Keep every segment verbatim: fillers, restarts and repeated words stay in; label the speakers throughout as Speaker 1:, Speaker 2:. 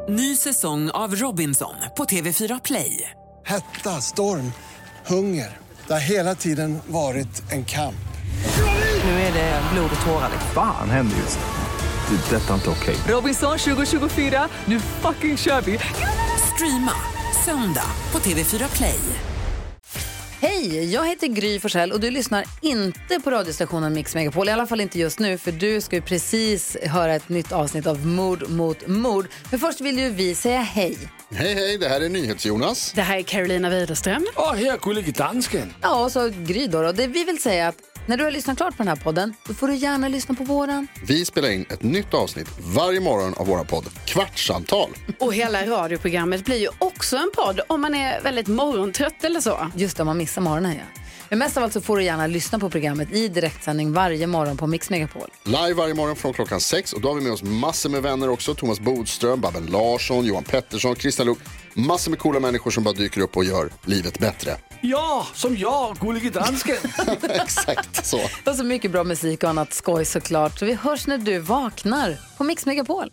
Speaker 1: Ny säsong av Robinson på T V fyra Play.
Speaker 2: Hetta, storm, hunger. Det har hela tiden varit en kamp.
Speaker 1: Nu är det blod och tårar.
Speaker 3: Fan händer just det. Det är detta inte okej.
Speaker 1: Robinson tjugo tjugofyra, nu fucking kör vi. Streama söndag på T V fyra Play.
Speaker 4: Hej, jag heter Gry Forssell och du lyssnar inte på radiostationen Mix Megapol. I alla fall inte just nu, för du ska ju precis höra ett nytt avsnitt av Mord mot mord. Men först vill ju vi säga hej.
Speaker 5: Hej, hej, det här är NyhetsJonas.
Speaker 6: Det här är Carolina Widerström.
Speaker 7: Och här är Gullige Dansken.
Speaker 4: Ja, och så Gry då, då. Det vi vill säga att när du har lyssnat klart på den här podden, då får du gärna lyssna på våran.
Speaker 5: Vi spelar in ett nytt avsnitt varje morgon av våra podd Kvartsamtal.
Speaker 6: Och hela radioprogrammet blir ju också en podd om man är väldigt morgontrött eller så.
Speaker 4: Just det, man missar morgonen, ja. Men mest av allt så får du gärna lyssna på programmet i direktsändning varje morgon på Mix Megapol.
Speaker 5: Live varje morgon från klockan sex. Och då har vi med oss massor med vänner också. Thomas Bodström, Babben Larsson, Johan Pettersson, Christian Luuk. Massor med coola människor som bara dyker upp och gör livet bättre.
Speaker 7: Ja, som jag, Gullige Dansken.
Speaker 5: Exakt så.
Speaker 4: Och så mycket bra musik och annat skoj såklart. Så vi hörs när du vaknar på Mix Megapol.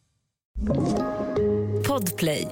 Speaker 1: Podplay.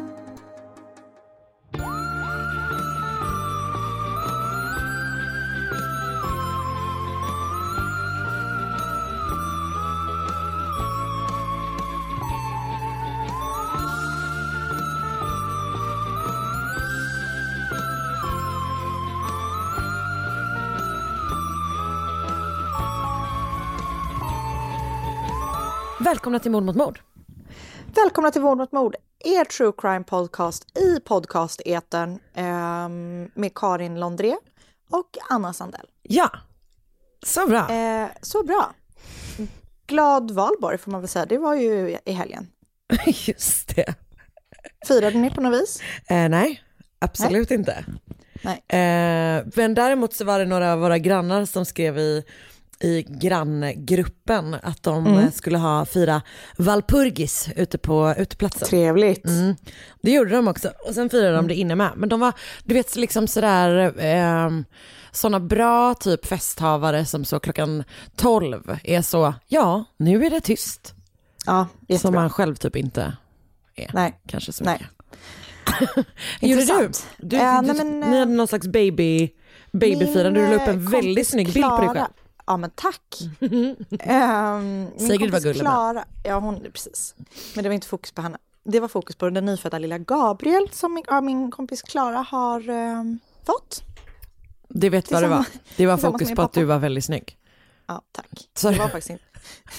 Speaker 8: Välkomna till Mord mot mord.
Speaker 9: Välkomna till Mord mot mord, er true crime podcast i podcast-etern eh, med Karin Londré och Anna Sandell.
Speaker 8: Ja, så bra.
Speaker 9: Eh, så bra. Glad valborg får man väl säga, det var ju i helgen.
Speaker 8: Just det.
Speaker 9: Firade ni på något vis?
Speaker 8: Eh, nej, absolut
Speaker 9: nej.
Speaker 8: inte.
Speaker 9: Nej.
Speaker 8: Eh, men däremot så var det några av våra grannar som skrev i i granngruppen att de mm. skulle ha fira Valpurgis ute på uteplatsen.
Speaker 9: Trevligt.
Speaker 8: Mm. Det gjorde de också. Och sen firade mm. de det inne med. Men de var, du vet, liksom sådär eh, sådana bra typ festhavare som så klockan tolv är så, ja, nu är det tyst.
Speaker 9: Ja, jättebra.
Speaker 8: Som man själv typ inte är.
Speaker 9: Nej.
Speaker 8: Kanske så
Speaker 9: nej.
Speaker 8: Gjorde du? du,
Speaker 9: äh,
Speaker 8: du
Speaker 9: nej, men,
Speaker 8: ni hade någon slags baby babyfirande. Du la upp en väldigt snygg bild på dig själv.
Speaker 9: Ja, men tack. um, min
Speaker 8: Sigrid var gullig
Speaker 9: Klara, ja, hon, precis. Men det var inte fokus på henne. Det var fokus på den nyfödda lilla Gabriel som min, ja, min kompis Klara har um, fått.
Speaker 8: Det vet vad det var. Det var fokus på att du var väldigt snygg.
Speaker 9: Ja, tack.
Speaker 8: Sorry.
Speaker 9: Det var faktiskt inte.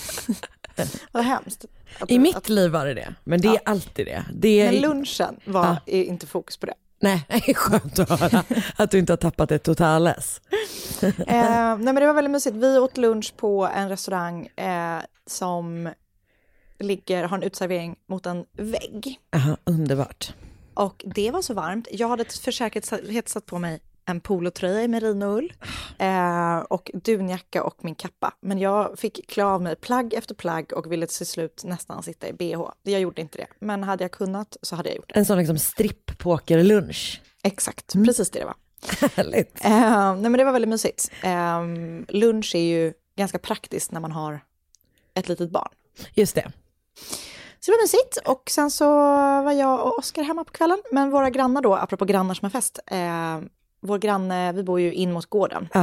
Speaker 9: Vad hemskt.
Speaker 8: Att, I mitt att, liv var det det. Men det är ja. alltid det. det är...
Speaker 9: Men lunchen var ja. inte fokus på det.
Speaker 8: Nej, det är skönt att höra att du inte har tappat ett totales.
Speaker 9: eh, nej men det var väldigt mysigt. Vi åt lunch på en restaurang eh, som ligger, har en utservering mot en vägg.
Speaker 8: Aha, underbart.
Speaker 9: Och det var så varmt. Jag hade för säkerhet satt på mig en polotröja i merinoull eh, och dunjacka och min kappa. Men jag fick klä av mig plagg efter plagg och ville till slut nästan sitta i B H. Jag gjorde inte det. Men hade jag kunnat så hade jag gjort det.
Speaker 8: En sån liksom stripppokerlunch.
Speaker 9: Exakt, mm. precis det det var.
Speaker 8: Härligt.
Speaker 9: Eh, nej men det var väldigt mysigt. Eh, lunch är ju ganska praktiskt när man har ett litet barn.
Speaker 8: Just det.
Speaker 9: Så det var mysigt. Och sen så var jag och Oskar hemma på kvällen. Men våra grannar då, apropå grannar som har fest. Eh, vår granne, vi bor ju in mot gården.
Speaker 8: Uh.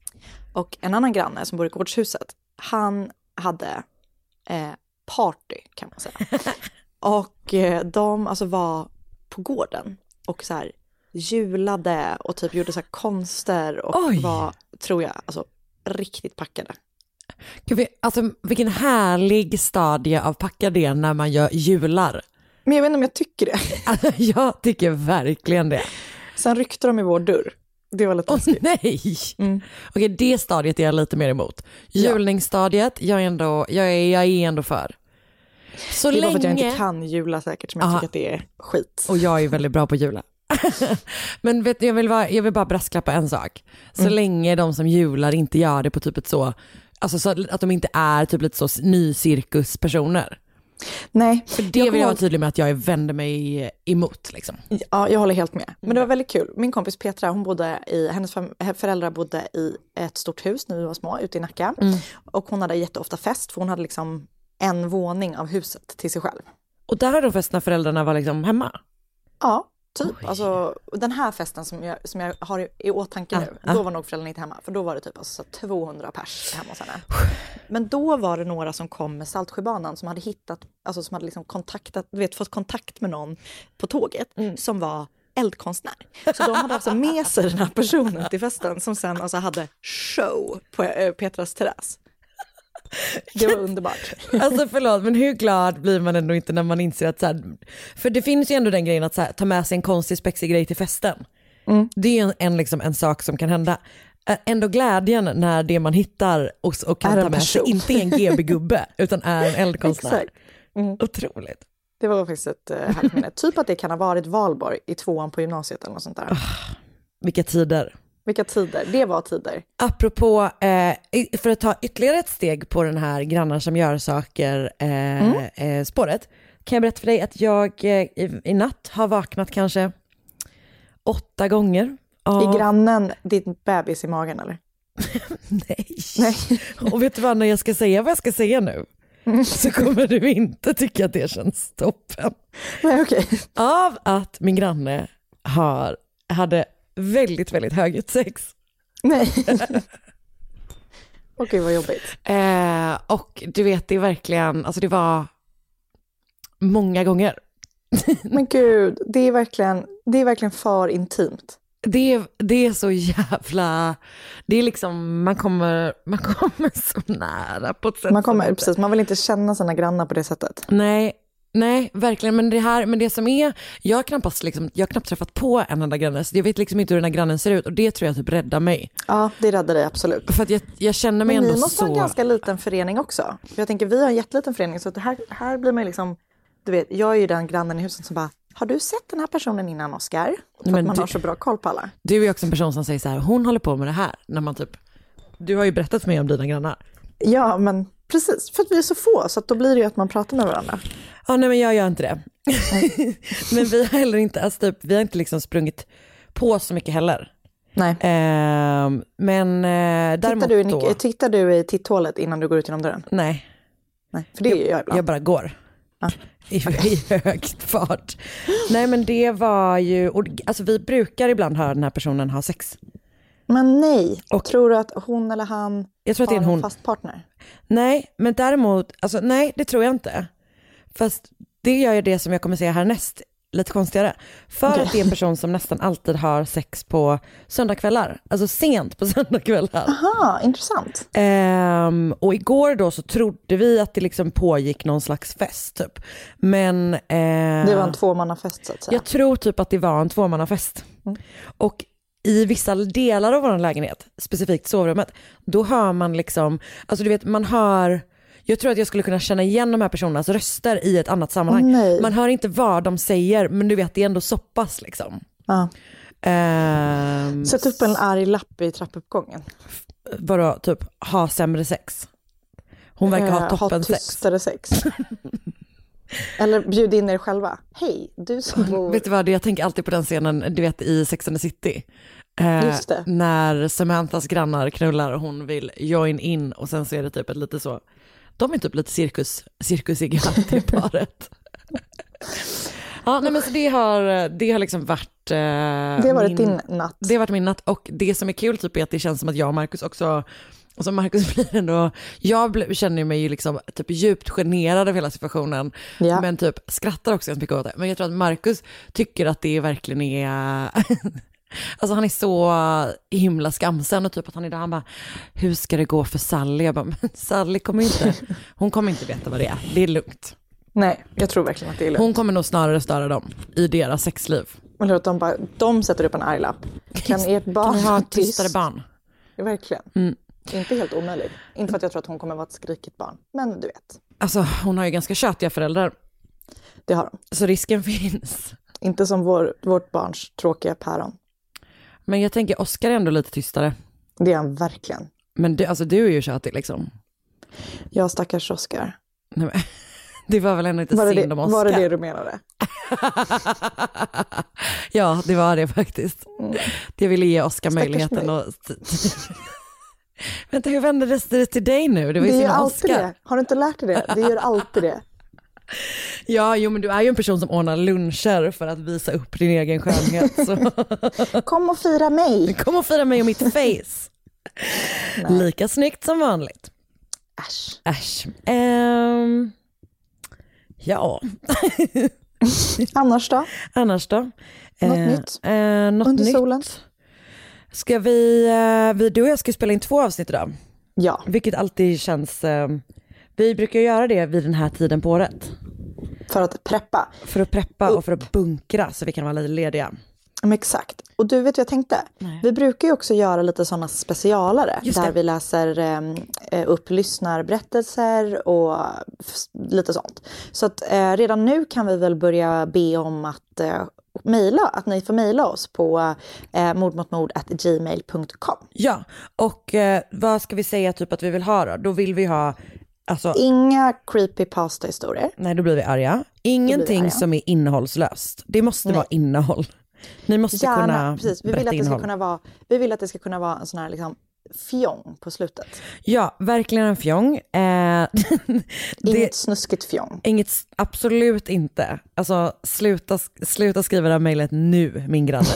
Speaker 9: Och en annan granne som bor i gårdshuset, han hade eh, party kan man säga. och eh, de alltså var på gården och så här julade och typ gjorde så här konster och Oj. var, tror jag, alltså riktigt packade.
Speaker 8: Gud, alltså vilken härlig stadie av packade när man gör jular.
Speaker 9: Men jag vet inte om jag tycker det.
Speaker 8: Alltså, jag tycker verkligen det.
Speaker 9: Sen ryckte de i vår dörr. Det var lite
Speaker 8: taskigt. Åh nej! Mm. Okej, det stadiet är jag lite mer emot. Julningsstadiet, jag är ändå, jag är, jag är ändå för. Så
Speaker 9: det är
Speaker 8: länge...
Speaker 9: bara för att jag inte kan jula säkert som jag Aha. tycker att det är skit.
Speaker 8: Och jag är väldigt bra på jula. Men vet du, jag vill, bara, jag vill bara brasklappa en sak. Så mm. länge de som jular inte gör det på typ ett så, alltså så att de inte är typ lite så ny cirkuspersoner.
Speaker 9: Nej.
Speaker 8: För det jag vill jag vara tydlig med att jag vänder mig emot liksom.
Speaker 9: Ja, jag håller helt med. Men det var väldigt kul. Min kompis Petra, hon bodde i, hennes föräldrar bodde i ett stort hus när vi var små ute i Nacka. Mm. Och hon hade jätteofta fest för hon hade liksom en våning av huset till sig själv.
Speaker 8: Och där har de fest när föräldrarna var liksom hemma?
Speaker 9: Ja, typ. Alltså, den här festen som jag, som jag har i, i åtanke
Speaker 8: ah,
Speaker 9: nu,
Speaker 8: ah.
Speaker 9: då var nog föräldrarna inte hemma. För då var det typ alltså, tvåhundra pers hemma hos henne. Men då var det några som kom med Saltsjöbanan som hade hittat, alltså som hade liksom kontaktat, du vet, fått kontakt med någon på tåget mm. som var eldkonstnär. Så de hade alltså med sig den här personen till festen som sen alltså hade show på äh, Petras terrass. Det var underbart.
Speaker 8: Alltså förlåt, men hur glad blir man ändå inte när man inser att så här, för det finns ju ändå den grejen att så här, ta med sig en konstig spexig grej till festen. Mm. Det är en, en, liksom, en sak som kan hända. Ändå glädjen när det man hittar och, och kan ta med sig inte är en G B-gubbe utan är en eldkonstnär.
Speaker 9: Mm.
Speaker 8: Otroligt.
Speaker 9: Det var faktiskt ett uh, härligt minne. Typ att det kan ha varit Valborg i tvåan på gymnasiet eller något sånt där.
Speaker 8: Oh, vilka tider.
Speaker 9: Vilka tider, det var tider.
Speaker 8: Apropå, eh, för att ta ytterligare ett steg på den här grannar som gör saker eh, mm. eh, spåret, kan jag berätta för dig att jag eh, i, i natt har vaknat kanske åtta gånger. Av...
Speaker 9: I grannen, din bebis i magen eller?
Speaker 8: Nej. Nej. Och vet du vad, när jag ska säga vad jag ska säga nu mm. så kommer du inte tycka att det känns toppen.
Speaker 9: Nej, okej. Okay.
Speaker 8: Av att min granne har, hade väldigt, väldigt högt sex.
Speaker 9: Nej. Okej, vad jobbigt.
Speaker 8: Eh, och du vet, det är verkligen, alltså det var många gånger.
Speaker 9: Men gud, det är verkligen, det är verkligen för intimt.
Speaker 8: Det är, det är så jävla, det är liksom, man kommer, man kommer så nära på ett sätt.
Speaker 9: Man kommer, precis, man vill inte känna sina grannar på det sättet.
Speaker 8: Nej. Nej, verkligen, men det här, men det som är, jag har knappt, liksom, jag har knappt träffat på en enda granne, så jag vet liksom inte hur den här grannen ser ut, och det tror jag typ räddar mig.
Speaker 9: Ja, det räddar dig absolut.
Speaker 8: För att jag, jag känner mig
Speaker 9: men
Speaker 8: ändå så...
Speaker 9: Men ni måste ha en ganska liten förening också. För jag tänker, vi har en jätteliten förening, så att här, här blir man liksom, du vet, jag är ju den grannen i huset som bara, har du sett den här personen innan, Oscar? För men att man du, har så bra koll på alla.
Speaker 8: Du är också en person som säger så här, hon håller på med det här, när man typ, du har ju berättat för mig om dina grannar.
Speaker 9: Ja, men precis, för att vi är så få, så att då blir det ju att man pratar med varandra.
Speaker 8: Ja, nej, men jag gör inte det. Men vi har heller inte, alltså typ, vi har inte liksom sprungit på så mycket heller.
Speaker 9: Nej.
Speaker 8: Eh, men eh, däremot
Speaker 9: tittar du,
Speaker 8: då...
Speaker 9: Tittar du i titthålet innan du går ut genom dörren?
Speaker 8: Nej.
Speaker 9: Nej, för det
Speaker 8: jag,
Speaker 9: gör jag ibland.
Speaker 8: Jag bara går. Ah. I, I hög fart. Nej, men det var ju, och, alltså vi brukar ibland höra den här personen ha sex.
Speaker 9: Men nej, och tror du att hon eller han
Speaker 8: jag tror att det är en, hon.
Speaker 9: en fast partner?
Speaker 8: Nej, men däremot, alltså nej, det tror jag inte. Fast det gör ju det som jag kommer säga härnäst lite konstigare. För okay. att det är en person som nästan alltid har sex på söndagskvällar. Alltså sent på söndagskvällar.
Speaker 9: Aha, intressant.
Speaker 8: Um, och igår då så trodde vi att det liksom pågick någon slags fest typ. Men... Uh,
Speaker 9: det var en tvåmannafest så att säga.
Speaker 8: Jag tror typ att det var en tvåmannafest. Mm. Och i vissa delar av vår lägenhet, specifikt sovrummet, då hör man liksom... Alltså du vet, man hör... Jag tror att jag skulle kunna känna igen de här personernas röster i ett annat sammanhang.
Speaker 9: Nej.
Speaker 8: Man hör inte vad de säger, men du vet, det är ändå så pass liksom.
Speaker 9: Ja.
Speaker 8: Um,
Speaker 9: Sätt upp en arg lapp i trappuppgången.
Speaker 8: Vadå, typ, ha sämre sex? Hon verkar uh, ha toppen
Speaker 9: sex. Ha tystare sex. sex. Eller bjud in er själva. Hej, du som bor...
Speaker 8: Vet du vad, jag tänker alltid på den scenen, du vet, i Sex and the City. Eh,
Speaker 9: Just det.
Speaker 8: När Samanthas grannar knullar och hon vill join in, och sen så är det typ ett lite så... De är typ lite cirkus, cirkusiga till paret. Ja, nej, men så det har, det har liksom varit... Eh,
Speaker 9: det har varit
Speaker 8: min,
Speaker 9: din natt.
Speaker 8: Det har varit min natt, och det som är kul typ är att det känns som att jag och Marcus också... Alltså Marcus blir ändå... Jag blir, känner mig ju liksom typ djupt generad av hela situationen.
Speaker 9: Ja. Men
Speaker 8: typ skrattar också ganska mycket åt det. Men jag tror att Marcus tycker att det verkligen är... Alltså han är så himla skamsen, och typ att han idag han bara, hur ska det gå för Sally? Jag bara, men Sally kommer inte, hon kommer inte veta vad det är. Det är lugnt.
Speaker 9: Nej, jag tror verkligen att det är lugnt.
Speaker 8: Hon kommer nog snarare störa dem i deras sexliv.
Speaker 9: Eller att de bara, de sätter upp en arglapp. Kan ert barn
Speaker 8: kan ha ett tystare barn?
Speaker 9: Ja, verkligen. Mm. Inte helt omöjligt. Inte för att jag tror att hon kommer vara ett skrikigt barn. Men du vet.
Speaker 8: Alltså hon har ju ganska tjötiga föräldrar.
Speaker 9: Det har de.
Speaker 8: Så risken finns.
Speaker 9: Inte som vår, vårt barns tråkiga päron.
Speaker 8: Men jag tänker, Oscar är ändå lite tystare.
Speaker 9: Det är han verkligen.
Speaker 8: Men du, alltså, du är ju tjötig liksom.
Speaker 9: Jag stackars Oscar.
Speaker 8: Nej, men, det var väl ändå inte
Speaker 9: var
Speaker 8: synd
Speaker 9: det,
Speaker 8: om Oscar.
Speaker 9: Var det det du menade?
Speaker 8: Ja, det var det faktiskt. Mm. Jag ville ge Oscar
Speaker 9: stackars
Speaker 8: möjligheten att... Vänta, hur vände det till dig nu? Det var ju
Speaker 9: det
Speaker 8: sin
Speaker 9: gör
Speaker 8: Oscar.
Speaker 9: alltid det. Har du inte lärt dig det? Det gör alltid det.
Speaker 8: Ja, jo, men du är ju en person som ordnar luncher för att visa upp din egen skönhet. Så.
Speaker 9: Kom och fira mig.
Speaker 8: Kom och fira mig och mitt face. Lika snyggt som vanligt.
Speaker 9: Äsch.
Speaker 8: Äsch. Um, ja.
Speaker 9: Annars då?
Speaker 8: Annars då?
Speaker 9: Något
Speaker 8: uh,
Speaker 9: nytt?
Speaker 8: Uh, något
Speaker 9: Under
Speaker 8: nytt.
Speaker 9: solen?
Speaker 8: Ska vi, uh, vi, du och jag ska spela in två avsnitt idag.
Speaker 9: Ja.
Speaker 8: Vilket alltid känns, uh, vi brukar göra det vid den här tiden på året.
Speaker 9: För att preppa.
Speaker 8: För att preppa och för att bunkra så vi kan vara lite lediga.
Speaker 9: Men exakt. Och du vet vad jag tänkte?
Speaker 8: Nej.
Speaker 9: Vi brukar ju också göra lite sådana specialare.
Speaker 8: Just
Speaker 9: där
Speaker 8: det.
Speaker 9: vi läser eh, upp lyssnarberättelser och f- lite sånt. Så att eh, redan nu kan vi väl börja be om att eh, mejla, att ni får mejla oss på eh, mordmotmord at gmail dot com.
Speaker 8: Ja, och eh, vad ska vi säga typ att vi vill ha då? Då vill vi ha, alltså,
Speaker 9: Inga creepypasta-historier.
Speaker 8: nej då blir vi arga. Ingenting
Speaker 9: arga.
Speaker 8: som är innehållslöst. Det måste
Speaker 9: Nej.
Speaker 8: vara innehåll. Ni måste
Speaker 9: Gärna,
Speaker 8: kunna
Speaker 9: precis. Vi vill,
Speaker 8: berätta
Speaker 9: att det ska
Speaker 8: innehåll.
Speaker 9: kunna vara, vi vill att det ska kunna vara en sån här liksom fjong på slutet.
Speaker 8: Ja, verkligen en fjong. Eh, det,
Speaker 9: Inget snuskigt fjong.
Speaker 8: inget, absolut inte. Alltså sluta, sluta skriva det här mejlet nu, min granne.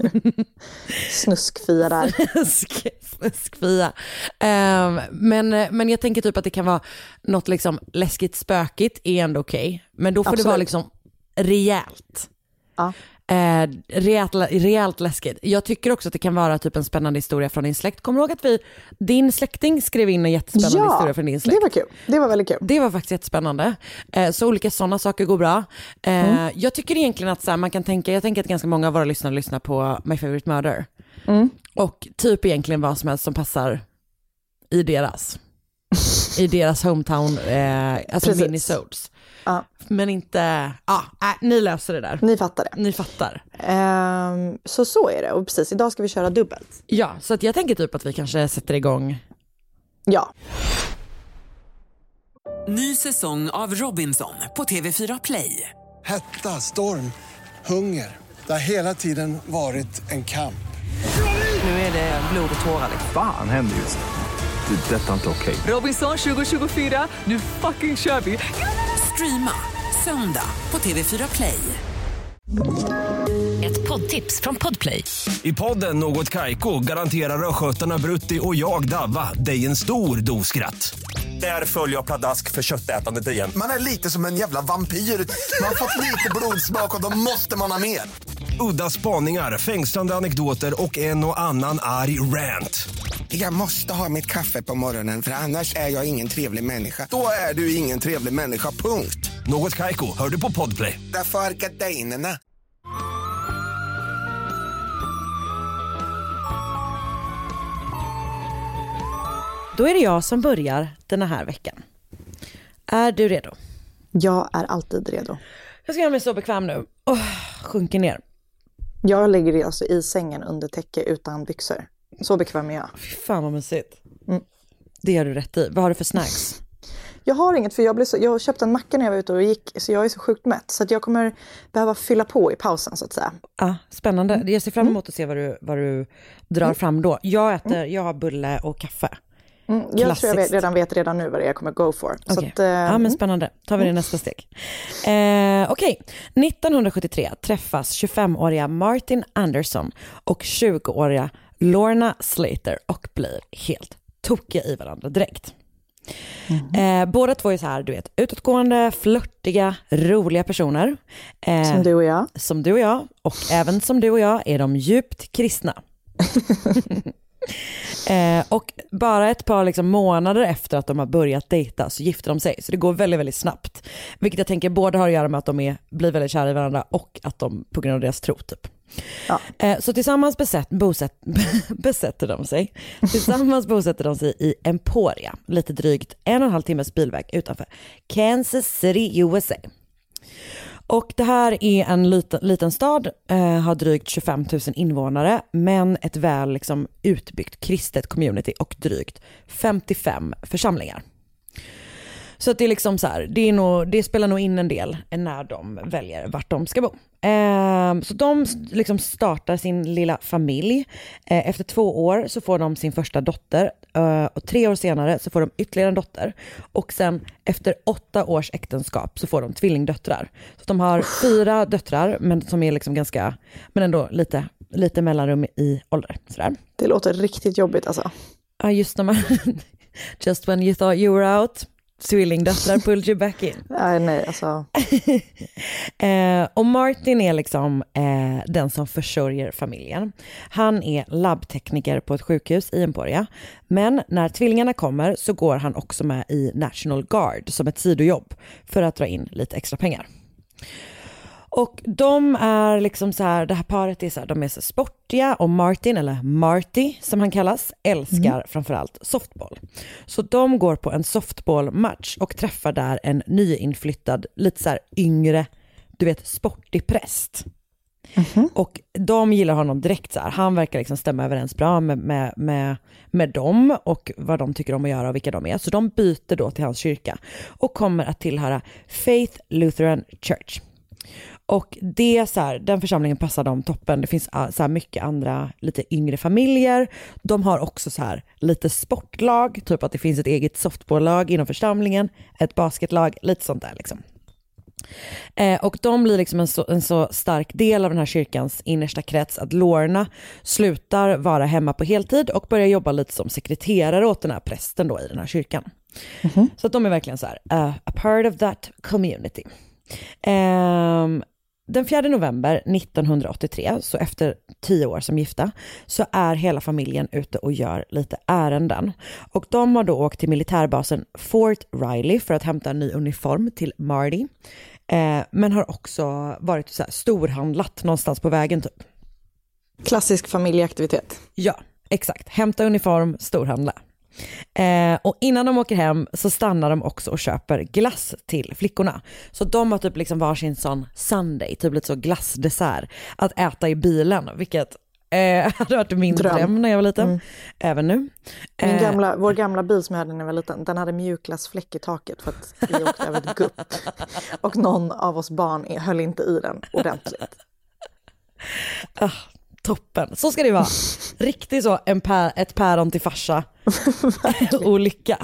Speaker 9: Snuskfia där.
Speaker 8: Snuskfia. Um, men, men jag tänker typ att det kan vara något liksom läskigt spökigt är ändå okej. Okay. Men då får
Speaker 9: Absolut.
Speaker 8: det vara liksom rejält.
Speaker 9: Ja.
Speaker 8: Eh, rejält, rejält läskigt. Jag tycker också att det kan vara typ en spännande historia från din släkt. Kommer du ihåg att vi, din släkting skrev in en jättespännande
Speaker 9: Ja,
Speaker 8: historia från din släkt?
Speaker 9: det var kul. Det var väldigt kul.
Speaker 8: Det var faktiskt jättespännande. Eh, så olika sådana saker går bra. Eh, mm. Jag tycker egentligen att så här, man kan tänka, jag tänker att ganska många av våra lyssnare lyssnar på My Favorite Murder.
Speaker 9: Mm.
Speaker 8: Och typ egentligen vad som helst som passar i deras. I deras hometown, eh, alltså
Speaker 9: Precis.
Speaker 8: minisodes.
Speaker 9: Ja.
Speaker 8: Men inte, ja, äh, ni löser det där.
Speaker 9: Ni fattar det.
Speaker 8: Ni fattar.
Speaker 9: Um, så så är det. Och precis, idag ska vi köra dubbelt.
Speaker 8: Ja, så att jag tänker typ att vi kanske sätter igång.
Speaker 9: Ja.
Speaker 1: Ny säsong av Robinson på T V fyra Play.
Speaker 2: Hetta, storm, hunger. Det har hela tiden varit en kamp.
Speaker 1: Nu är det blod och tårar.
Speaker 3: Fan händer just det. Det är detta inte okej.
Speaker 1: Robinson tjugo tjugofyra, nu fucking kör vi. Streama söndag på T V fyra Play.
Speaker 10: Ett poddtips från Podplay.
Speaker 11: I podden Något Kaiko garanterar skötarna Brutti och jag Davva dig en stor doskratt. Där följer jag pladask för köttätandet igen.
Speaker 12: Man är lite som en jävla vampyr. Man har fått lite blodsmak och då måste man ha mer.
Speaker 11: Udda spaningar, fängslande anekdoter och en och annan arg rant.
Speaker 12: Jag måste ha mitt kaffe på morgonen för annars är jag ingen trevlig människa. Då är du ingen trevlig människa, punkt.
Speaker 11: Något Kaiko, hör du på Podplay.
Speaker 12: Därför är gardinerna.
Speaker 8: Då är det jag som börjar den här veckan. Är du redo?
Speaker 9: Jag är alltid redo.
Speaker 8: Jag ska göra mig så bekväm nu. Oh, sjunker ner.
Speaker 9: Jag ligger alltså i sängen under täcke utan byxor. Så bekväm är jag.
Speaker 8: Fy fan vad mysigt.
Speaker 9: Mm.
Speaker 8: Det gör du rätt i. Vad har du för snacks?
Speaker 9: Jag har inget, för jag, blev så, jag köpte en macka när jag var ute och gick, så jag är så sjukt mätt. Så att jag kommer behöva fylla på i pausen så att säga.
Speaker 8: Ah, spännande. Mm. Jag ser fram emot att se vad du, vad du drar mm. fram då. Jag äter, jag har bulle och kaffe.
Speaker 9: Mm, jag tror jag vet, redan vet redan nu vad det är jag kommer go for.
Speaker 8: Okay.
Speaker 9: Så att, eh,
Speaker 8: ja, men spännande. Tar vi det nästa steg. Eh, Okej, okay. nittonhundrasjuttiotre träffas tjugofemåriga Martin Anderson och tjugoåriga Lorna Slater och blir helt tokiga i varandra direkt. Mm. Eh, båda två är så här, du vet, utåtgående, flörtiga, roliga personer.
Speaker 9: Eh, som du och jag.
Speaker 8: Som du och jag. Och även som du och jag är de djupt kristna. Eh, och bara ett par liksom månader efter att de har börjat dejta så gifter de sig. Så det går väldigt, väldigt snabbt. Vilket jag tänker både har att göra med att de är, blir väldigt kära i varandra och att de på grund av deras tro typ. Ja. Eh, så tillsammans besätt, bosätt, besätter de sig. Tillsammans bosätter de sig i Emporia, lite drygt en och en halv timmes bilväg utanför Kansas City, U S A. Och det här är en liten, liten stad, eh, har drygt tjugofem tusen invånare, men ett väl liksom utbyggt kristet community och drygt femtiofem församlingar. Så att det är liksom så här, det, är nog, det spelar nog in en del när de väljer vart de ska bo. Eh, så de liksom startar sin lilla familj. Eh, efter två år så får de sin första dotter. Eh, och tre år senare så får de ytterligare en dotter. Och sen efter åtta års äktenskap så får de tvillingdöttrar. Så de har fyra döttrar, men som är liksom ganska, men ändå lite, lite mellanrum i ålder. Sådär.
Speaker 9: Det låter riktigt jobbigt alltså.
Speaker 8: Ja, just när man... Just when you thought you were out, tvillingdöttrar pulled you back in.
Speaker 9: Nej, nej, alltså.
Speaker 8: eh, och Martin är liksom eh, den som försörjer familjen. Han är labbtekniker på ett sjukhus i Emporia. Men när tvillingarna kommer så går han också med i National Guard som ett sidojobb för att dra in lite extra pengar. Och de är liksom så här, det här paret är så här, de är så sportiga, och Martin, eller Marty som han kallas, älskar mm. framförallt softball. Så de går på en softballmatch och träffar där en nyinflyttad, lite så här yngre, du vet, sportig präst. Mm-hmm. Och de gillar honom direkt så här. Han verkar liksom stämma överens bra med, med, med, med dem och vad de tycker om att göra och vilka de är. Så de byter då till hans kyrka och kommer att tillhöra Faith Lutheran Church. Och det så här, den församlingen passar dem toppen. Det finns så här mycket andra lite yngre familjer. De har också så här lite sportlag, typ att det finns ett eget softballlag inom församlingen, ett basketlag, lite sånt där liksom. Eh, och de blir liksom en så, en så stark del av den här kyrkans innersta krets att Lorna slutar vara hemma på heltid och börjar jobba lite som sekreterare åt den här prästen då i den här kyrkan. Mm-hmm. Så att de är verkligen så här uh, a part of that community. Um, den fjärde november nittonhundraåttiotre, så efter tio år som gifta, så är hela familjen ute och gör lite ärenden. Och de har då åkt till militärbasen Fort Riley för att hämta en ny uniform till Marty. Eh, men har också varit så här storhandlat någonstans på vägen typ.
Speaker 9: Klassisk familjeaktivitet.
Speaker 8: Ja, exakt. Hämta uniform, storhandla. Eh, och innan de åker hem så stannar de också och köper glass till flickorna. Så de har typ liksom varsin sån Sunday, typ lite så glassdessert att äta i bilen, vilket eh, hade varit min dröm, dröm när jag var liten. Mm. Även nu.
Speaker 9: Min eh, gamla, vår gamla bil som jag hade när jag var liten, den hade mjukglassfläck i taket för att vi åkte över ett gupp. Och någon av oss barn höll inte i den ordentligt.
Speaker 8: Ah. Toppen, så ska det vara. Riktigt så en pär, ett päron till farsa. Olycka.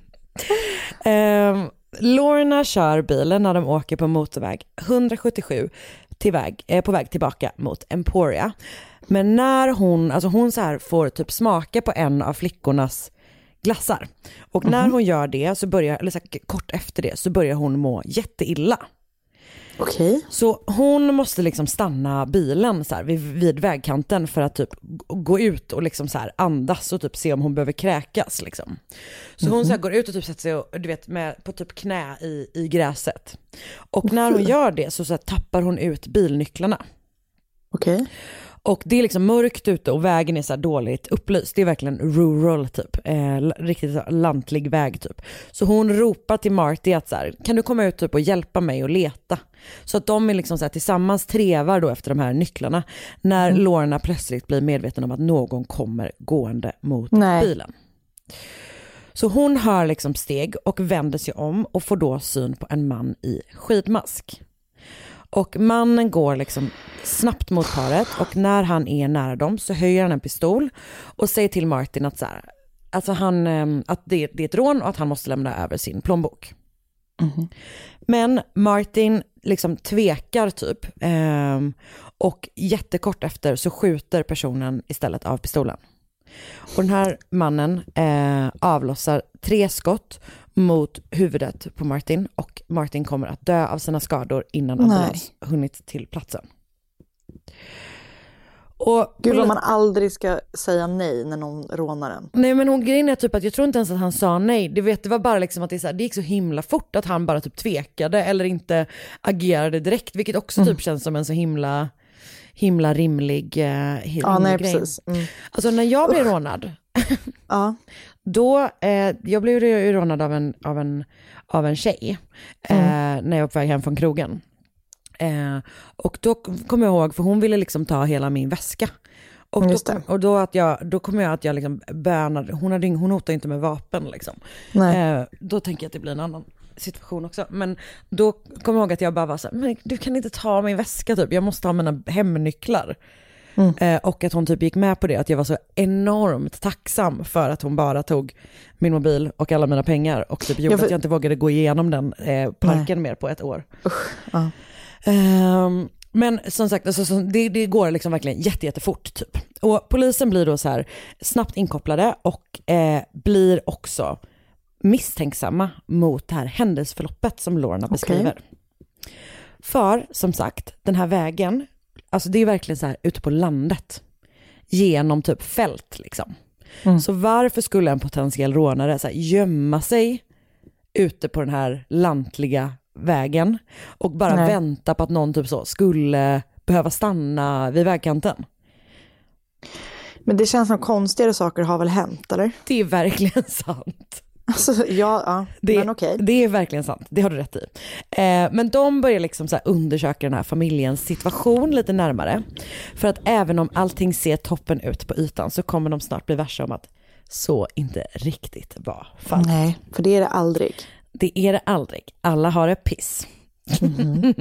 Speaker 8: um, Lorna kör bilen när de åker på motorväg hundrasjuttiosju till väg, eh, på väg tillbaka mot Emporia. Men när hon, alltså hon så här får typ smaka på en av flickornas glassar. Och när mm-hmm. hon gör det så börjar, eller så här, kort efter det så börjar hon må jätteilla.
Speaker 9: Okej.
Speaker 8: Så hon måste liksom stanna bilen så här vid, vid vägkanten för att typ gå ut och liksom så här andas och typ se om hon behöver kräkas liksom. Så mm-hmm. hon så här går ut och typ sätter sig och, du vet, med, på typ knä i, i gräset. Och när hon gör det så, så här, tappar hon ut bilnycklarna.
Speaker 9: Okej.
Speaker 8: Och det är liksom mörkt ute och vägen är så här dåligt upplyst. Det är verkligen rural typ. Eh, riktigt så lantlig väg typ. Så hon ropar till Marty att så här, kan du komma ut typ och hjälpa mig att leta? Så att de är liksom så här, tillsammans trevar då efter de här nycklarna. När mm. Lorna plötsligt blir medveten om att någon kommer gående mot Nej. bilen. Så hon hör liksom steg och vänder sig om och får då syn på en man i skidmask. Och mannen går liksom snabbt mot paret och när han är nära dem så höjer han en pistol och säger till Martin att, så här, alltså han, att det, det är ett rån och att han måste lämna över sin plånbok. Mm-hmm. Men Martin liksom tvekar typ eh, och jättekort efter så skjuter personen istället av pistolen. Och den här mannen eh, avlossar tre skott mot huvudet på Martin och Martin kommer att dö av sina skador innan ambulans hunnit till platsen. Och
Speaker 9: Gud vad man aldrig ska säga nej när någon rånar en.
Speaker 8: Nej men hon grejen är typ att jag tror inte ens att han sa nej. Det, vet, det var bara liksom att det, så här, det gick så himla fort att han bara typ tvekade eller inte agerade direkt. Vilket också mm. typ känns som en så himla himla rimlig, eh, rimlig
Speaker 9: ja, nej,
Speaker 8: grej.
Speaker 9: Precis. Mm.
Speaker 8: Alltså när jag blev rånad
Speaker 9: ja.
Speaker 8: då, eh, jag blev ju rånad av en, av en, av en tjej eh, mm. när jag var på väg hem från krogen. Eh, och då kom jag ihåg, för hon ville liksom ta hela min väska. Och då, och då, att jag, då kom jag att jag liksom bönade, hon, hade, hon hotade inte med vapen liksom. Eh, då tänker jag att det blir en annan situation också. Men då kommer jag ihåg att jag bara var så här, men du kan inte ta min väska typ. Jag måste ha mina hemnycklar. Mm. Eh, och att hon typ gick med på det. Att jag var så enormt tacksam för att hon bara tog min mobil och alla mina pengar. Och typ gjorde ja, för... att jag inte vågade gå igenom den eh, parken Nej. mer på ett år.
Speaker 9: Usch, ja.
Speaker 8: Um, men som sagt, alltså, så, det, det går liksom verkligen jätte, jättefort typ. Och polisen blir då så här snabbt inkopplade och eh, blir också misstänksamma mot det här händelseförloppet som Lorna beskriver. Okay. För som sagt, den här vägen, alltså det är verkligen så här ute på landet genom typ fält liksom. Mm. Så varför skulle en potentiell rånare så här, gömma sig ute på den här lantliga vägen och bara Nej. vänta på att någon typ så skulle behöva stanna vid vägkanten?
Speaker 9: Men det känns som konstigare saker har väl hänt, eller?
Speaker 8: Det är verkligen sant.
Speaker 9: Alltså, ja, ja
Speaker 8: det,
Speaker 9: men okej.
Speaker 8: Det är verkligen sant, det har du rätt i. Eh, men de börjar liksom så här undersöka den här familjens situation lite närmare. För att även om allting ser toppen ut på ytan så kommer de snart bli varse om att så inte riktigt var fallet.
Speaker 9: Nej, för det är det aldrig.
Speaker 8: Det är det aldrig. Alla har det piss. Mm-hmm.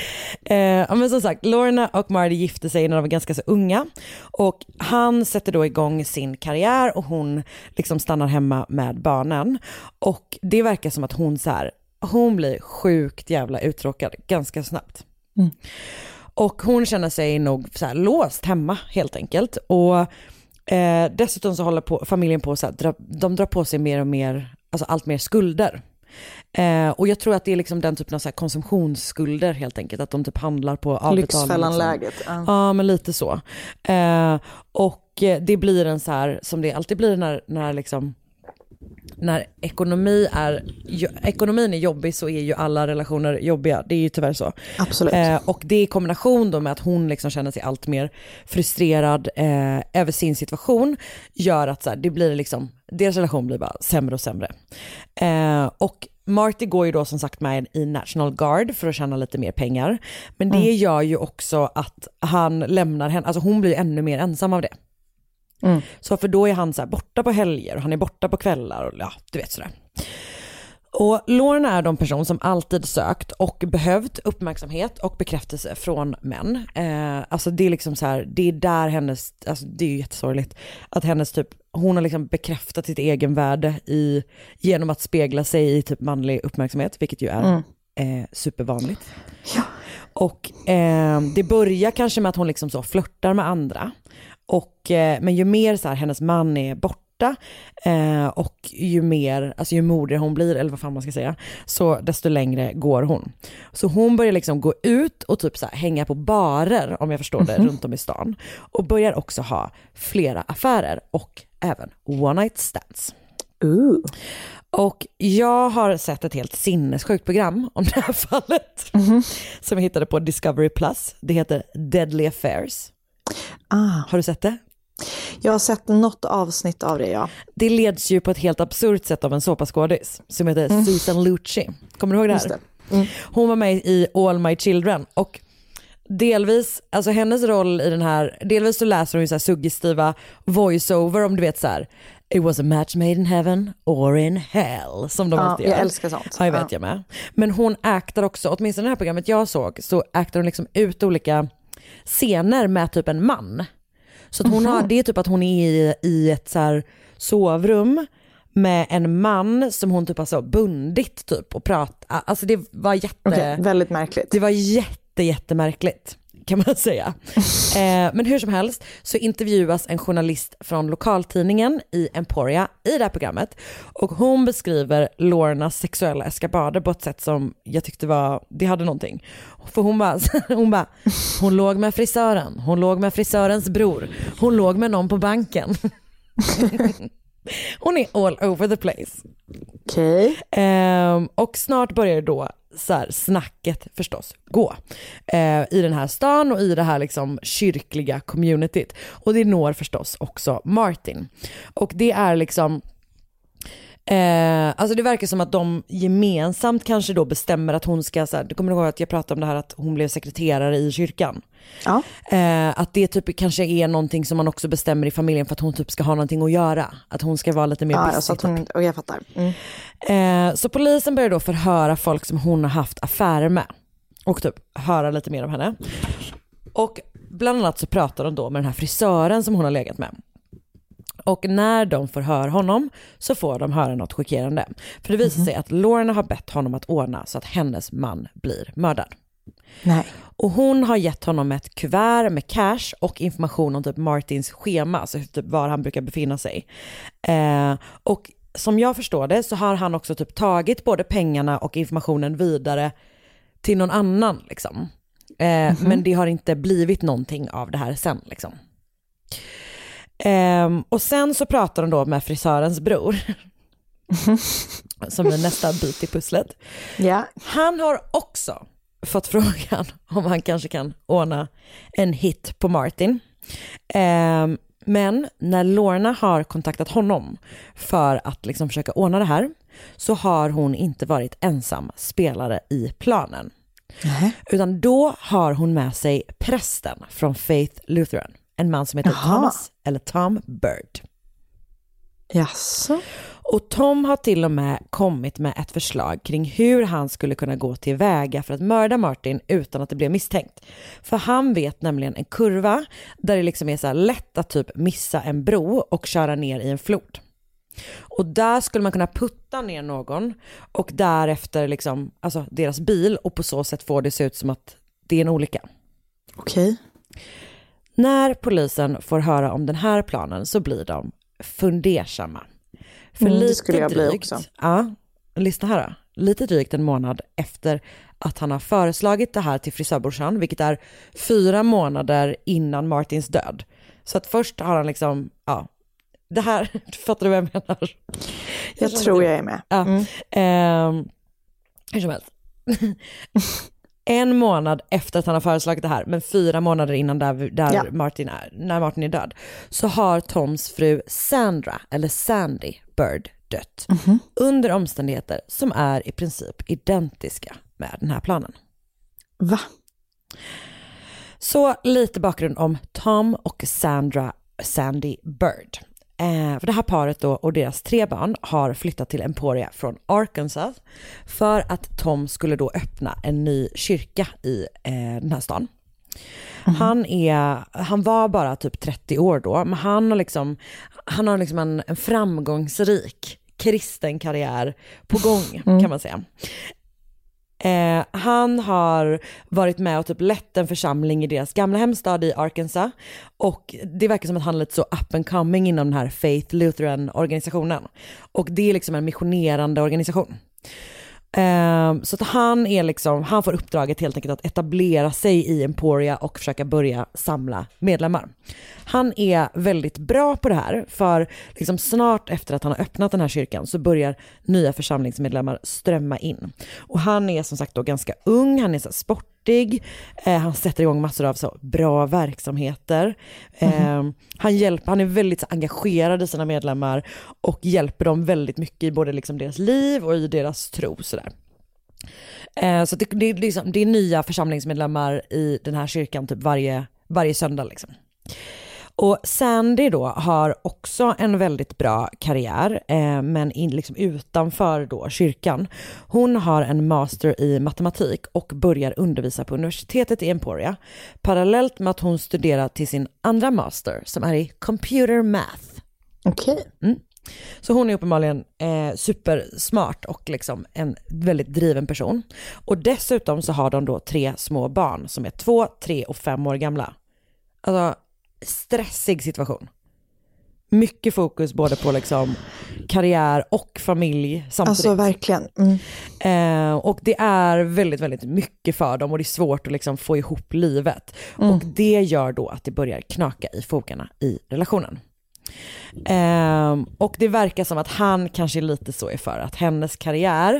Speaker 8: eh, men som sagt, Lorna och Marty gifte sig när de var ganska så unga. Och han sätter då igång sin karriär och hon liksom stannar hemma med barnen. Och det verkar som att hon så här, hon blir sjukt jävla uttråkad ganska snabbt. Mm. Och hon känner sig nog så här låst hemma helt enkelt. Och eh, dessutom så håller på, familjen på så här, dra, de drar på sig mer och mer, alltså allt mer skulder. Eh, och jag tror att det är liksom den typen av så här konsumtionsskulder helt enkelt, att de typ handlar på avbetalning.
Speaker 9: Lyxfällanläget.
Speaker 8: Ja, ja men lite så. Eh, och det blir en så här, som det alltid blir när, när liksom när ekonomi är, ekonomin är jobbig så är ju alla relationer jobbiga. Det är ju tyvärr så.
Speaker 9: Absolut.
Speaker 8: Eh, och det i kombination då med att hon liksom känner sig allt mer frustrerad eh, över sin situation gör att så här, det blir liksom, deras relation blir bara sämre och sämre. Eh, och Marty går ju då som sagt med i National Guard för att tjäna lite mer pengar. Men det mm. gör ju också att han lämnar henne, alltså hon blir ännu mer ensam av det. Mm. Så för då är han så här borta på helger och han är borta på kvällar och ja, du vet sådär. Och Lorna är de person som alltid sökt och behövt uppmärksamhet och bekräftelse från män. Eh, alltså det är liksom så här, det är där hennes, alltså det är ju jättesorgligt att hennes typ, hon har liksom bekräftat sitt egen värde i, genom att spegla sig i typ manlig uppmärksamhet, vilket ju är mm. eh, supervanligt. Ja. Och eh, det börjar kanske med att hon liksom så flörtar med andra. Och, eh, men ju mer så här, hennes man är borta eh, och ju mer, alltså ju modigare hon blir, eller vad fan man ska säga, så desto längre går hon. Så hon börjar liksom gå ut och typ så här, hänga på barer, om jag förstår det, mm-hmm. runt om i stan. Och börjar också ha flera affärer och även one night stands.
Speaker 9: Ooh.
Speaker 8: Och jag har sett ett helt sinnessjukt program om det här fallet mm-hmm. som jag hittade på Discovery Plus. Det heter Deadly Affairs.
Speaker 9: Ah.
Speaker 8: Har du sett det?
Speaker 9: Jag har sett något avsnitt av det, ja.
Speaker 8: Det leds ju på ett helt absurt sätt av en såpaskådis som heter mm. Susan Lucci. Kommer du ihåg det här?
Speaker 9: Det. Mm.
Speaker 8: Hon var med i All My Children och delvis, alltså hennes roll i den här, delvis så läser hon ju så här suggestiva voiceover om du vet så här, it was a match made in heaven or in hell, som de
Speaker 9: ja,
Speaker 8: alltid gör.
Speaker 9: Jag älskar sånt.
Speaker 8: Ja, jag vet
Speaker 9: ja.
Speaker 8: jag med. Men hon aktar också, åtminstone i det här programmet jag såg, så aktar hon liksom ut olika scener med typ en man. Så att hon har, det är typ att hon är i, i ett så här sovrum med en man som hon typ har så bundit typ och pratar. Alltså det var jätte...
Speaker 9: Okay, väldigt märkligt.
Speaker 8: Det var jätte, jättemärkligt kan man säga. eh, men hur som helst så intervjuas en journalist från lokaltidningen i Emporia i det här programmet. Och hon beskriver Lornas sexuella eskapader på ett sätt som jag tyckte var, det hade någonting. För hon bara, hon bara, hon låg med frisören, hon låg med frisörens bror, hon låg med någon på banken. Hon är all over the place.
Speaker 9: Okej. Okay.
Speaker 8: Eh, och snart börjar det då så här, snacket förstås gå eh, i den här stan och i det här liksom kyrkliga communityt. Och det når förstås också Martin. Och det är liksom Eh, alltså det verkar som att de gemensamt kanske då bestämmer att hon ska, så här, du kommer ihåg att jag pratade om det här att hon blev sekreterare i kyrkan.
Speaker 9: Ja.
Speaker 8: Eh, att det typ kanske är någonting som man också bestämmer i familjen för att hon typ ska ha någonting att göra. Att hon ska vara lite mer
Speaker 9: ja,
Speaker 8: busy.
Speaker 9: Så att hon, och jag fattar. Mm.
Speaker 8: Eh, så polisen börjar då förhöra folk som hon har haft affärer med. Och typ höra lite mer om henne. Och bland annat så pratar de då med den här frisören som hon har legat med. Och när de förhör honom så får de höra något chockerande. För det visar mm-hmm. sig att Lorna har bett honom att ordna så att hennes man blir mördad.
Speaker 9: Nej.
Speaker 8: Och hon har gett honom ett kuvert med cash och information om typ Martins schema, alltså typ var han brukar befinna sig. Eh, och som jag förstår det så har han också typ tagit både pengarna och informationen vidare till någon annan liksom. Eh, mm-hmm. Men det har inte blivit någonting av det här sen liksom. Um, och sen så pratar de då med frisörens bror som är nästa bit i pusslet.
Speaker 9: Yeah.
Speaker 8: Han har också fått frågan om han kanske kan ordna en hit på Martin. Um, men när Lorna har kontaktat honom för att liksom försöka ordna det här så har hon inte varit ensam spelare i planen. Mm. Utan då har hon med sig prästen från Faith Lutheran. En man som heter Jaha. Thomas eller Tom Bird.
Speaker 9: Jaså?
Speaker 8: Och Tom har till och med kommit med ett förslag kring hur han skulle kunna gå till väga för att mörda Martin utan att det blev misstänkt. För han vet nämligen en kurva där det liksom är så här lätt att typ missa en bro och köra ner i en flod. Och där skulle man kunna putta ner någon och därefter liksom, alltså deras bil och på så sätt får det se ut som att det är en olycka.
Speaker 9: Okej. Okay.
Speaker 8: När polisen får höra om den här planen så blir de fundersamma. För
Speaker 9: mm,
Speaker 8: lite
Speaker 9: det skulle jag
Speaker 8: drygt,
Speaker 9: bli också.
Speaker 8: Ja, lyssna här då. Lite drygt en månad efter att han har föreslagit det här till frisörbrorsan, vilket är fyra månader innan Martins död. Så att först har han liksom, ja, det här, fattar du vad jag menar? Jag,
Speaker 9: jag tror jag är med.
Speaker 8: Ja,
Speaker 9: mm.
Speaker 8: eh, hur som helst. En månad efter att han har föreslagit det här, men fyra månader innan där, där ja. Martin är, när Martin är död, så har Toms fru Sandra, eller Sandy Bird, dött. Mm-hmm. Under omständigheter som är i princip identiska med den här planen.
Speaker 9: Va?
Speaker 8: Så lite bakgrund om Tom och Sandra Sandy Bird. Eh, för det här paret då och deras tre barn har flyttat till Emporia från Arkansas för att Tom skulle då öppna en ny kyrka i eh, den här stan. Mm. Han är, han var bara typ trettio år då, men han har liksom, han har liksom en, en framgångsrik kristen karriär på gång mm. kan man säga. Eh, han har varit med och typ lett en församling i deras gamla hemstad i Arkansas och det verkar som att han är lite så up and coming inom den här Faith Lutheran-organisationen och det är liksom en missionerande organisation. Eh, så att han är liksom, han får uppdraget helt enkelt att etablera sig i Emporia och försöka börja samla medlemmar. Han är väldigt bra på det här för liksom snart efter att han har öppnat den här kyrkan så börjar nya församlingsmedlemmar strömma in. Och han är som sagt då ganska ung, han är så sportig, eh, han sätter igång massor av så bra verksamheter. Mm-hmm. Eh, han, hjälper, han är väldigt så engagerad i sina medlemmar och hjälper dem väldigt mycket i både liksom deras liv och i deras tro. Sådär. Eh, så det, det, liksom, det är nya församlingsmedlemmar i den här kyrkan typ varje, varje söndag liksom. Och Sandy då har också en väldigt bra karriär eh, men in, liksom utanför då kyrkan. Hon har en master i matematik och börjar undervisa på universitetet i Emporia parallellt med att hon studerar till sin andra master som är i computer math.
Speaker 9: Okej. Okay.
Speaker 8: Mm. Så hon är uppenbarligen eh, supersmart och liksom en väldigt driven person. Och dessutom så har de då tre små barn som är två, tre och fem år gamla. Alltså stressig situation. Mycket fokus både på liksom karriär och familj samtidigt.
Speaker 9: Alltså verkligen. Mm.
Speaker 8: Eh, och det är väldigt, väldigt mycket för dem och det är svårt att liksom få ihop livet. Mm. Och det gör då att det börjar knaka i fogarna i relationen. Eh, och det verkar som att han kanske lite så är för att hennes karriär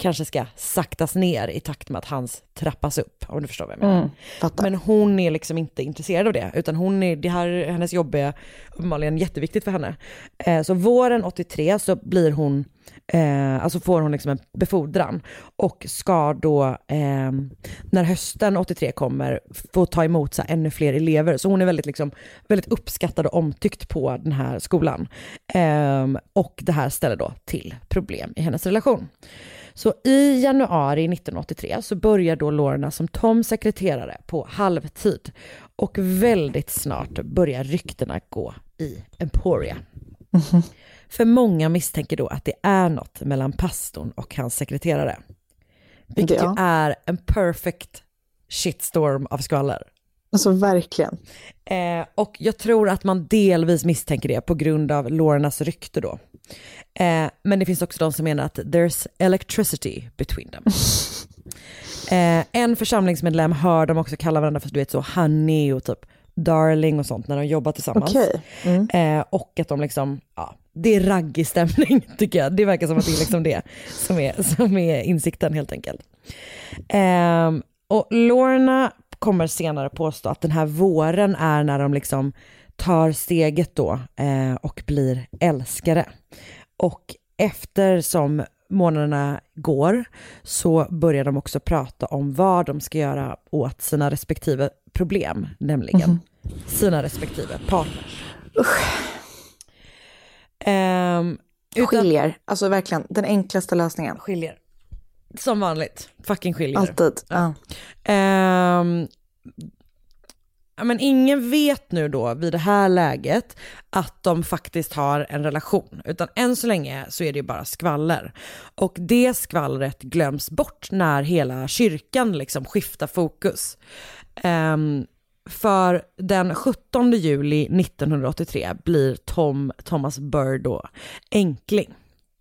Speaker 8: kanske ska saktas ner i takt med att hans trappas upp, om du förstår vad jag menar.
Speaker 9: Mm,
Speaker 8: men hon är liksom inte intresserad av det, utan hon är, det här, hennes jobb är uppenbarligen jätteviktigt för henne. Eh, så våren åttiotre så blir hon Eh, alltså får hon liksom en befordran och ska då eh, när hösten åttiotre kommer få ta emot så här, ännu fler elever, så hon är väldigt, liksom, väldigt uppskattad och omtyckt på den här skolan, eh, och det här ställer då till problem i hennes relation. Så i januari nittonhundraåttiotre så börjar då Lorna som Toms sekreterare på halvtid, och väldigt snart börjar ryktena gå i Emporia.
Speaker 9: Mm-hmm.
Speaker 8: För många misstänker då att det är något mellan pastorn och hans sekreterare. Vilket
Speaker 9: ja.
Speaker 8: ju är en perfect shitstorm av skvaller.
Speaker 9: Alltså verkligen.
Speaker 8: Eh, och jag tror att man delvis misstänker det på grund av Lornas rykte då. Eh, men det finns också de som menar att there's electricity between them. eh, en församlingsmedlem hör de också kalla varandra för, du vet, så honey och typ darling och sånt när de jobbar tillsammans.
Speaker 9: Okay. Mm.
Speaker 8: Eh, och att de liksom, ja, det är raggig stämning tycker jag. Det verkar som att det är liksom det som är, som är insikten helt enkelt. Eh, och Lorna kommer senare påstå att den här våren är när de liksom tar steget då eh, och blir älskare. Och eftersom månaderna går så börjar de också prata om vad de ska göra åt sina respektive problem, nämligen mm. sina respektive partners.
Speaker 9: Usch.
Speaker 8: Um, utan,
Speaker 9: skiljer, alltså verkligen den enklaste lösningen.
Speaker 8: Skiljer. Som vanligt, fucking skiljer.
Speaker 9: Alltid, ja.
Speaker 8: Um, men ingen vet nu då vid det här läget att de faktiskt har en relation, utan än så länge så är det bara skvaller. Och det skvallret glöms bort när hela kyrkan liksom skiftar fokus. Um, för den sjuttonde juli nittonhundraåttiotre blir Tom Thomas Burr då enkling.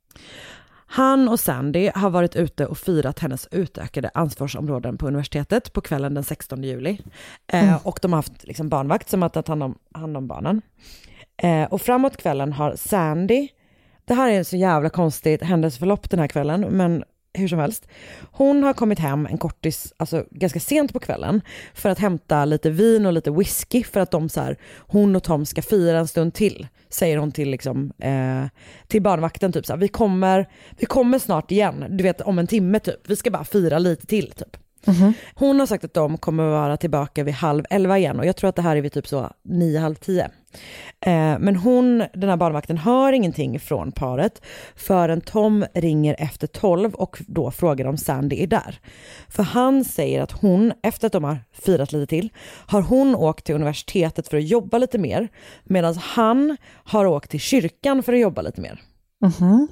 Speaker 8: Han och Sandy har varit ute och firat hennes utökade ansvarsområden på universitetet på kvällen den sextonde juli. Eh, mm. Och de har haft liksom barnvakt som har tagit hand om, hand om barnen. Eh, och framåt kvällen har Sandy, det här är en så jävla konstigt händelseförlopp den här kvällen, men hur som helst. Hon har kommit hem en kortis, alltså ganska sent på kvällen, för att hämta lite vin och lite whisky för att de så här, hon och Tom ska fira en stund till, säger hon till liksom eh, till barnvakten typ så här, vi kommer vi kommer snart igen, du vet om en timme typ, vi ska bara fira lite till typ. Mm-hmm. Hon har sagt att de kommer vara tillbaka vid halv elva igen, och jag tror att det här är vid typ så nio, halv tio. Eh, men hon, den här barnvakten, hör ingenting från paret förrän Tom ringer efter tolv och då frågar om Sandy är där. För han säger att hon, efter att de har firat lite till, har hon åkt till universitetet för att jobba lite mer, medan han har åkt till kyrkan för att jobba lite mer.
Speaker 9: Mm-hmm.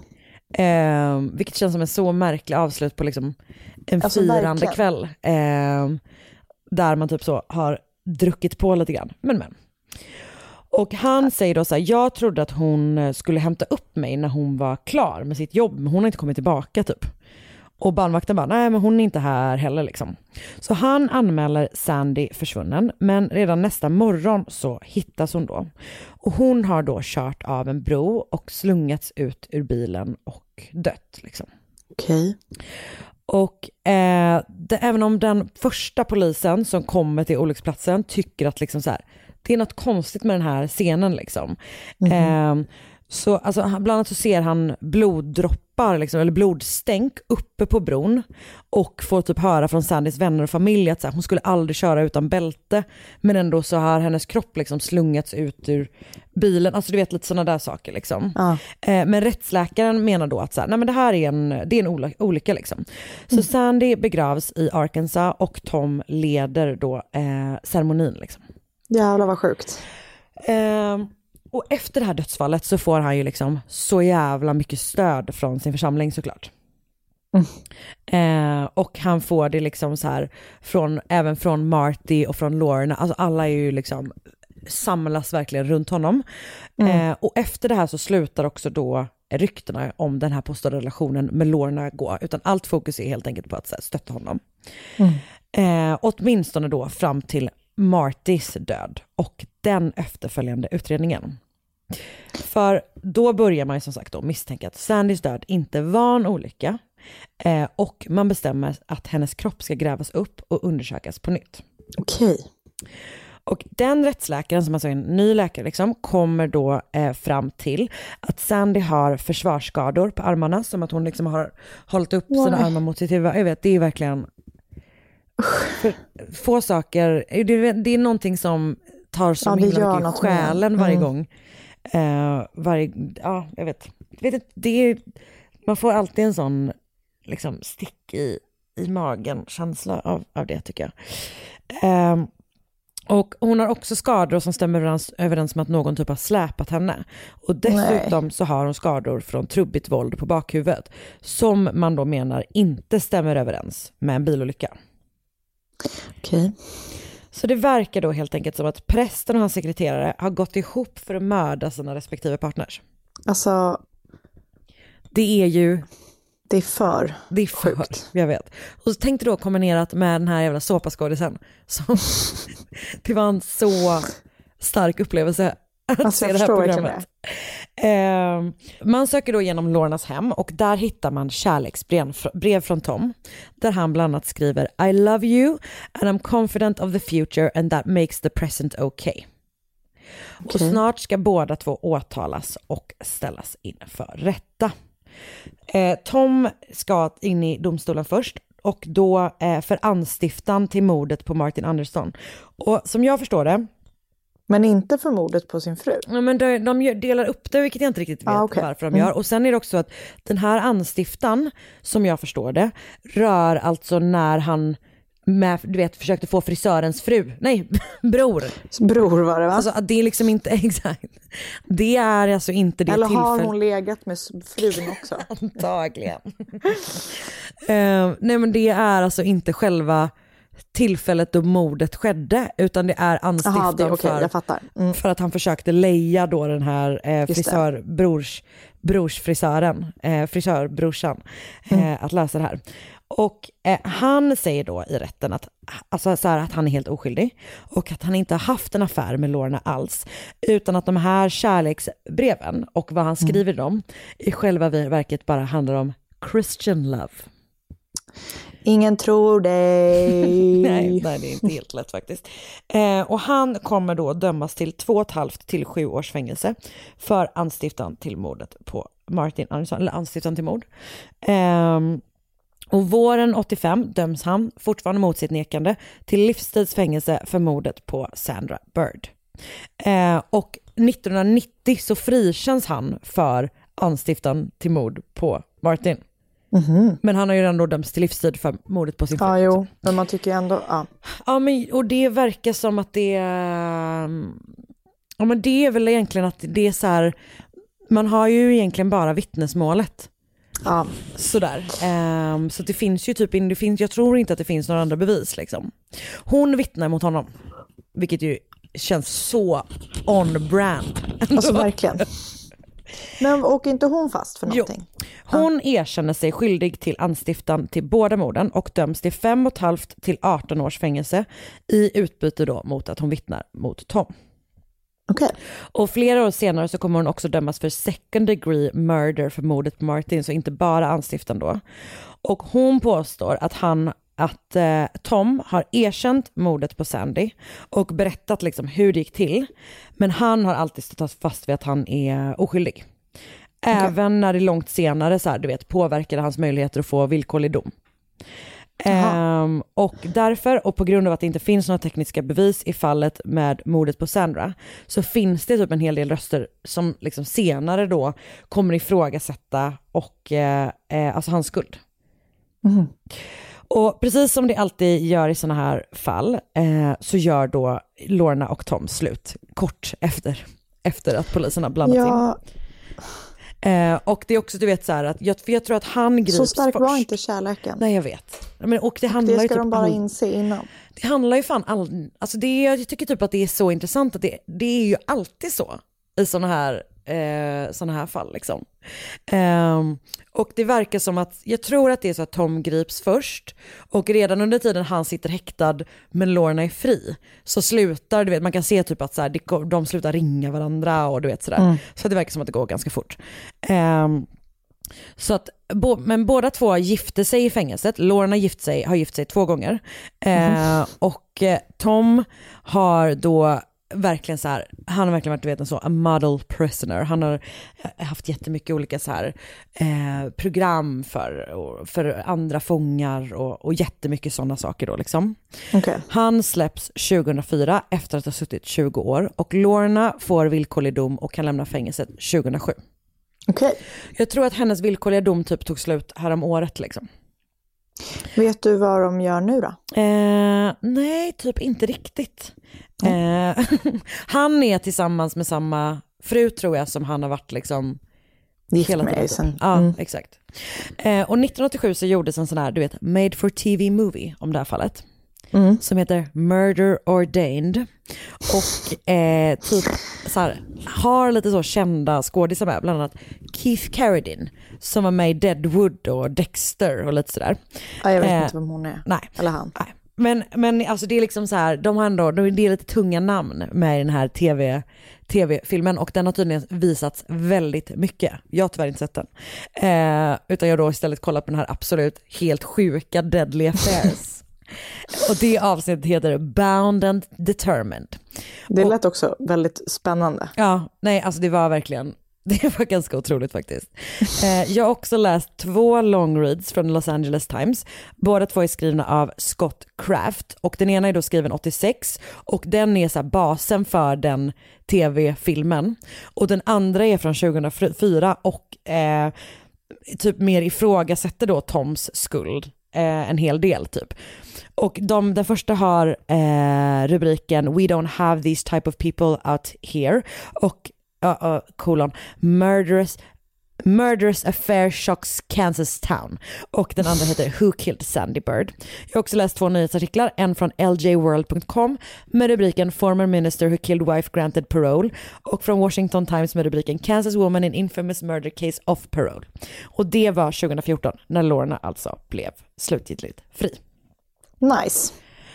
Speaker 8: Eh, vilket känns som en så märklig avslut på liksom en alltså, firande verkligen. kväll. Eh, där man typ så har druckit på lite grann. Men men. Och han säger då så här, jag trodde att hon skulle hämta upp mig när hon var klar med sitt jobb, men hon har inte kommit tillbaka typ. Och barnvakten bara, nej men hon är inte här heller liksom. Så han anmäler Sandy försvunnen, men redan nästa morgon så hittas hon då. Och hon har då kört av en bro och slungats ut ur bilen och dött liksom.
Speaker 9: Okej. Okay.
Speaker 8: Och eh, det, även om den första polisen som kommer till olycksplatsen tycker att liksom så här, det är något konstigt med den här scenen liksom. Mm-hmm. Eh, så alltså, bland annat så ser han bloddroppar liksom, eller blodstänk uppe på bron, och får typ höra från Sandys vänner och familj att så här, hon skulle aldrig köra utan bälte, men ändå så har hennes kropp liksom slungats ut ur bilen. Alltså du vet, lite sådana där saker liksom.
Speaker 9: Ja.
Speaker 8: Eh, men rättsläkaren menar då att så här, nej men det här är en, det är en oly- olycka liksom. Så mm. Sandy begravs i Arkansas och Tom leder då eh, ceremonin liksom.
Speaker 9: Jävlar vad sjukt.
Speaker 8: Eh, Och efter det här dödsfallet så får han ju liksom så jävla mycket stöd från sin församling såklart. Mm. Eh, och han får det liksom så här från, även från Marty och från Lorna. Alltså alla är ju liksom, samlas verkligen runt honom. Mm. Eh, och efter det här så slutar också då ryktena om den här påstådda relationen med Lorna gå. Utan allt fokus är helt enkelt på att så här, stötta honom. Mm. Eh, åtminstone då fram till Martys död och den efterföljande utredningen. För då börjar man ju som sagt då misstänka att Sandys död inte var en olycka, Eh, och man bestämmer att hennes kropp ska grävas upp och undersökas på nytt.
Speaker 9: Okej. Okay.
Speaker 8: Och den rättsläkaren, som alltså är en ny läkare liksom, kommer då eh, fram till att Sandy har försvarsskador på armarna, som att hon liksom har hållit upp sina
Speaker 9: Why?
Speaker 8: armar mot sitt huvud. Jag vet, det är verkligen för, få saker. Det, det är någonting som tar så
Speaker 9: ja,
Speaker 8: himla mycket i själen varje
Speaker 9: mm. gång.
Speaker 8: Eh, varje, ja, jag vet. Jag vet det är, man får alltid en sån liksom stick i, i magen känsla av, av det, tycker jag. Eh, Och hon har också skador som stämmer överens, överens med att någon typ har släpat henne. Och dessutom Nej. så har hon skador från trubbigt våld på bakhuvudet, som man då menar inte stämmer överens med en bilolycka.
Speaker 9: Okej. Okay.
Speaker 8: Så det verkar då helt enkelt som att prästen och hans sekreterare har gått ihop för att mörda sina respektive partners.
Speaker 9: Alltså,
Speaker 8: det är ju...
Speaker 9: Det är för
Speaker 8: Det är för, sjukt. Jag vet. Och så tänkte då kombinerat med den här jävla såpaskådisen. Som det var en så stark upplevelse att alltså, se det här programmet. Eh, man söker då igenom Lornas hem och där hittar man kärleksbrev brev från Tom. Där han bland annat skriver I love you and I'm confident of the future and that makes the present okay. Okay. Och snart ska båda två åtalas och ställas inför rätta. Eh, Tom ska in i domstolen först och då eh, för anstiftan till mordet på Martin Anderson. Och som jag förstår det...
Speaker 9: Men inte för mordet på sin fru?
Speaker 8: Ja, men de, de delar upp det, vilket jag inte riktigt vet ah, okay. varför de gör. Mm. Och sen är det också att den här anstiftan, som jag förstår det, rör alltså när han... med, du vet, försökte få frisörens fru. Nej, bror.
Speaker 9: Bror var det, va?
Speaker 8: Alltså, det är liksom inte exakt. Det är alltså inte det
Speaker 9: Eller
Speaker 8: tillfälle.
Speaker 9: har hon legat med frun också?
Speaker 8: Antagligen. uh, nej, men det är alltså inte själva tillfället då mordet skedde, utan det är anstiftan Aha, det, okay, för,
Speaker 9: jag fattar. Mm.
Speaker 8: för att han försökte leja då den här eh, frisör, brors, brorsfrisören, eh, frisörbrorsan, eh, mm. att lösa det här. Och eh, han säger då i rätten att, alltså, så här, att han är helt oskyldig och att han inte har haft en affär med Lorna alls, utan att de här kärleksbreven och vad han skriver mm. dem i själva verket bara handlar om Christian love.
Speaker 9: Ingen tror dig.
Speaker 8: nej, nej, det är inte helt lätt faktiskt. Eh, och han kommer då dömas till två och ett halvt till sju års fängelse för anstiftan till mordet på Martin Anderson, eller anstiftan till mord. Eh, Och våren åttiofem döms han, fortfarande mot sitt nekande, till livstidsfängelse för mordet på Sandra Bird. Eh, och nittonhundranittio så frikänns han för anstiftan till mord på Martin. Mm-hmm. Men han har ju redan då dömts till livstid för mordet på sin fru.
Speaker 9: Ja, jo. Men man tycker ändå... Ja,
Speaker 8: ja men, och det verkar som att det... Ja, men det är väl egentligen att det är så här... Man har ju egentligen bara vittnesmålet.
Speaker 9: Ja.
Speaker 8: Sådär. Um, så det finns ju typ... Det finns, jag tror inte att det finns några andra bevis. Liksom. Hon vittnar mot honom. Vilket ju känns så on-brand.
Speaker 9: Alltså verkligen. Men åker inte hon fast för någonting?
Speaker 8: Jo. Hon ja. erkänner sig skyldig till anstiftan till båda morden och döms till fem och ett halvt till arton års fängelse i utbyte då mot att hon vittnar mot Tom.
Speaker 9: Okay.
Speaker 8: Och flera år senare så kommer hon också dömas för second degree murder för mordet på Martin, så inte bara anstiftan då. Och hon påstår att han att eh, Tom har erkänt mordet på Sandy och berättat liksom hur det gick till, men han har alltid stått fast vid att han är oskyldig. Även okay. när det långt senare så här, du vet, påverkade hans möjligheter att få villkorlig dom. Um, och därför, och på grund av att det inte finns några tekniska bevis i fallet med mordet på Sandra, så finns det typ en hel del röster som liksom senare då kommer ifrågasätta och eh, eh, alltså hans skuld.
Speaker 9: Mm.
Speaker 8: Och precis som det alltid gör i såna här fall eh, så gör då Lorna och Tom slut kort efter, efter att polisen har blandat
Speaker 9: ja.
Speaker 8: in. Eh, och det är också, du vet så här, att jag, för jag tror att han grips
Speaker 9: så stark
Speaker 8: först.
Speaker 9: Var inte kärleken.
Speaker 8: Nej, jag vet. Men, och det,
Speaker 9: och
Speaker 8: handlar
Speaker 9: det ska
Speaker 8: ju
Speaker 9: de
Speaker 8: typ
Speaker 9: bara
Speaker 8: all,
Speaker 9: inse innan.
Speaker 8: Det handlar ju fan all, alltså det, jag tycker typ att det är så intressant att det, det är ju alltid så i såna här eh, såna här fall liksom. Eh, och det verkar som att, jag tror att det är så att Tom grips först och redan under tiden han sitter häktad men Lorna är fri, så slutar, du vet, man kan se typ att så här, de slutar ringa varandra och du vet sådär. Mm. Så det verkar som att det går ganska fort. Eh, Så att, bo, men båda två gifte sig i fängelset. Lorna gift sig, har gift sig två gånger. Mm. Eh, och eh, Tom har då verkligen så här, han har verkligen varit, vet, en så a model prisoner. Han har haft jättemycket olika så här eh, program för, för andra fångar och, och jättemycket sådana saker då liksom.
Speaker 9: Okay.
Speaker 8: Han släpps tjugohundrafyra efter att ha suttit tjugo år och Lorna får villkorlig dom och kan lämna fängelset tjugohundrasju.
Speaker 9: Okay.
Speaker 8: Jag tror att hennes villkorliga dom typ tog slut här om året liksom.
Speaker 9: Vet du vad de gör nu då?
Speaker 8: Eh, nej, typ inte riktigt. Mm. Eh, han är tillsammans med samma fru tror jag som han har varit liksom
Speaker 9: gift
Speaker 8: hela
Speaker 9: med
Speaker 8: tiden. Ja, mm. exakt. Eh, och nittonhundraåttiosju så gjordes en sån här, du vet, made for T V movie om det här fallet. Mm. Som heter Murder Ordained. Och eh, typ så här, har lite så kända skådisar med, bland annat Keith Carradine som var med i Deadwood och Dexter och lite sådär.
Speaker 9: Ja, jag vet
Speaker 8: eh,
Speaker 9: inte vem hon är.
Speaker 8: Nej.
Speaker 9: Eller han.
Speaker 8: Nej. Men, men alltså det är liksom så här, de har ändå, det är lite tunga namn med i den här tv, tv-filmen och den har tydligen visats väldigt mycket. Jag har tyvärr inte sett den. Eh, utan jag då istället kollat på den här absolut helt sjuka Deadly Affairs. Och det avsnittet heter Bound and Determined.
Speaker 9: Det
Speaker 8: och,
Speaker 9: lät också väldigt spännande.
Speaker 8: Ja, nej alltså det var verkligen, det var ganska otroligt faktiskt. Eh, jag har också läst två long reads från Los Angeles Times. Båda två är skrivna av Scott Kraft och den ena är då skriven åttiosex och den är så här basen för den tv-filmen. Och den andra är från tjugohundrafyra och eh, typ mer ifrågasätter då Toms skuld eh, en hel del typ. Och de, den första har eh, rubriken We don't have these type of people out here och uh, uh, kolon murderous Murderous Affair Shocks Kansas Town. Och den andra heter Who Killed Sandy Bird. Jag har också läst två nyhetsartiklar, en från L J world punkt com med rubriken Former Minister Who Killed Wife Granted Parole och från Washington Times med rubriken Kansas Woman in Infamous Murder Case Off Parole. Och det var tjugohundrafjorton när Lorna alltså blev slutgiltigt fri.
Speaker 9: Nice.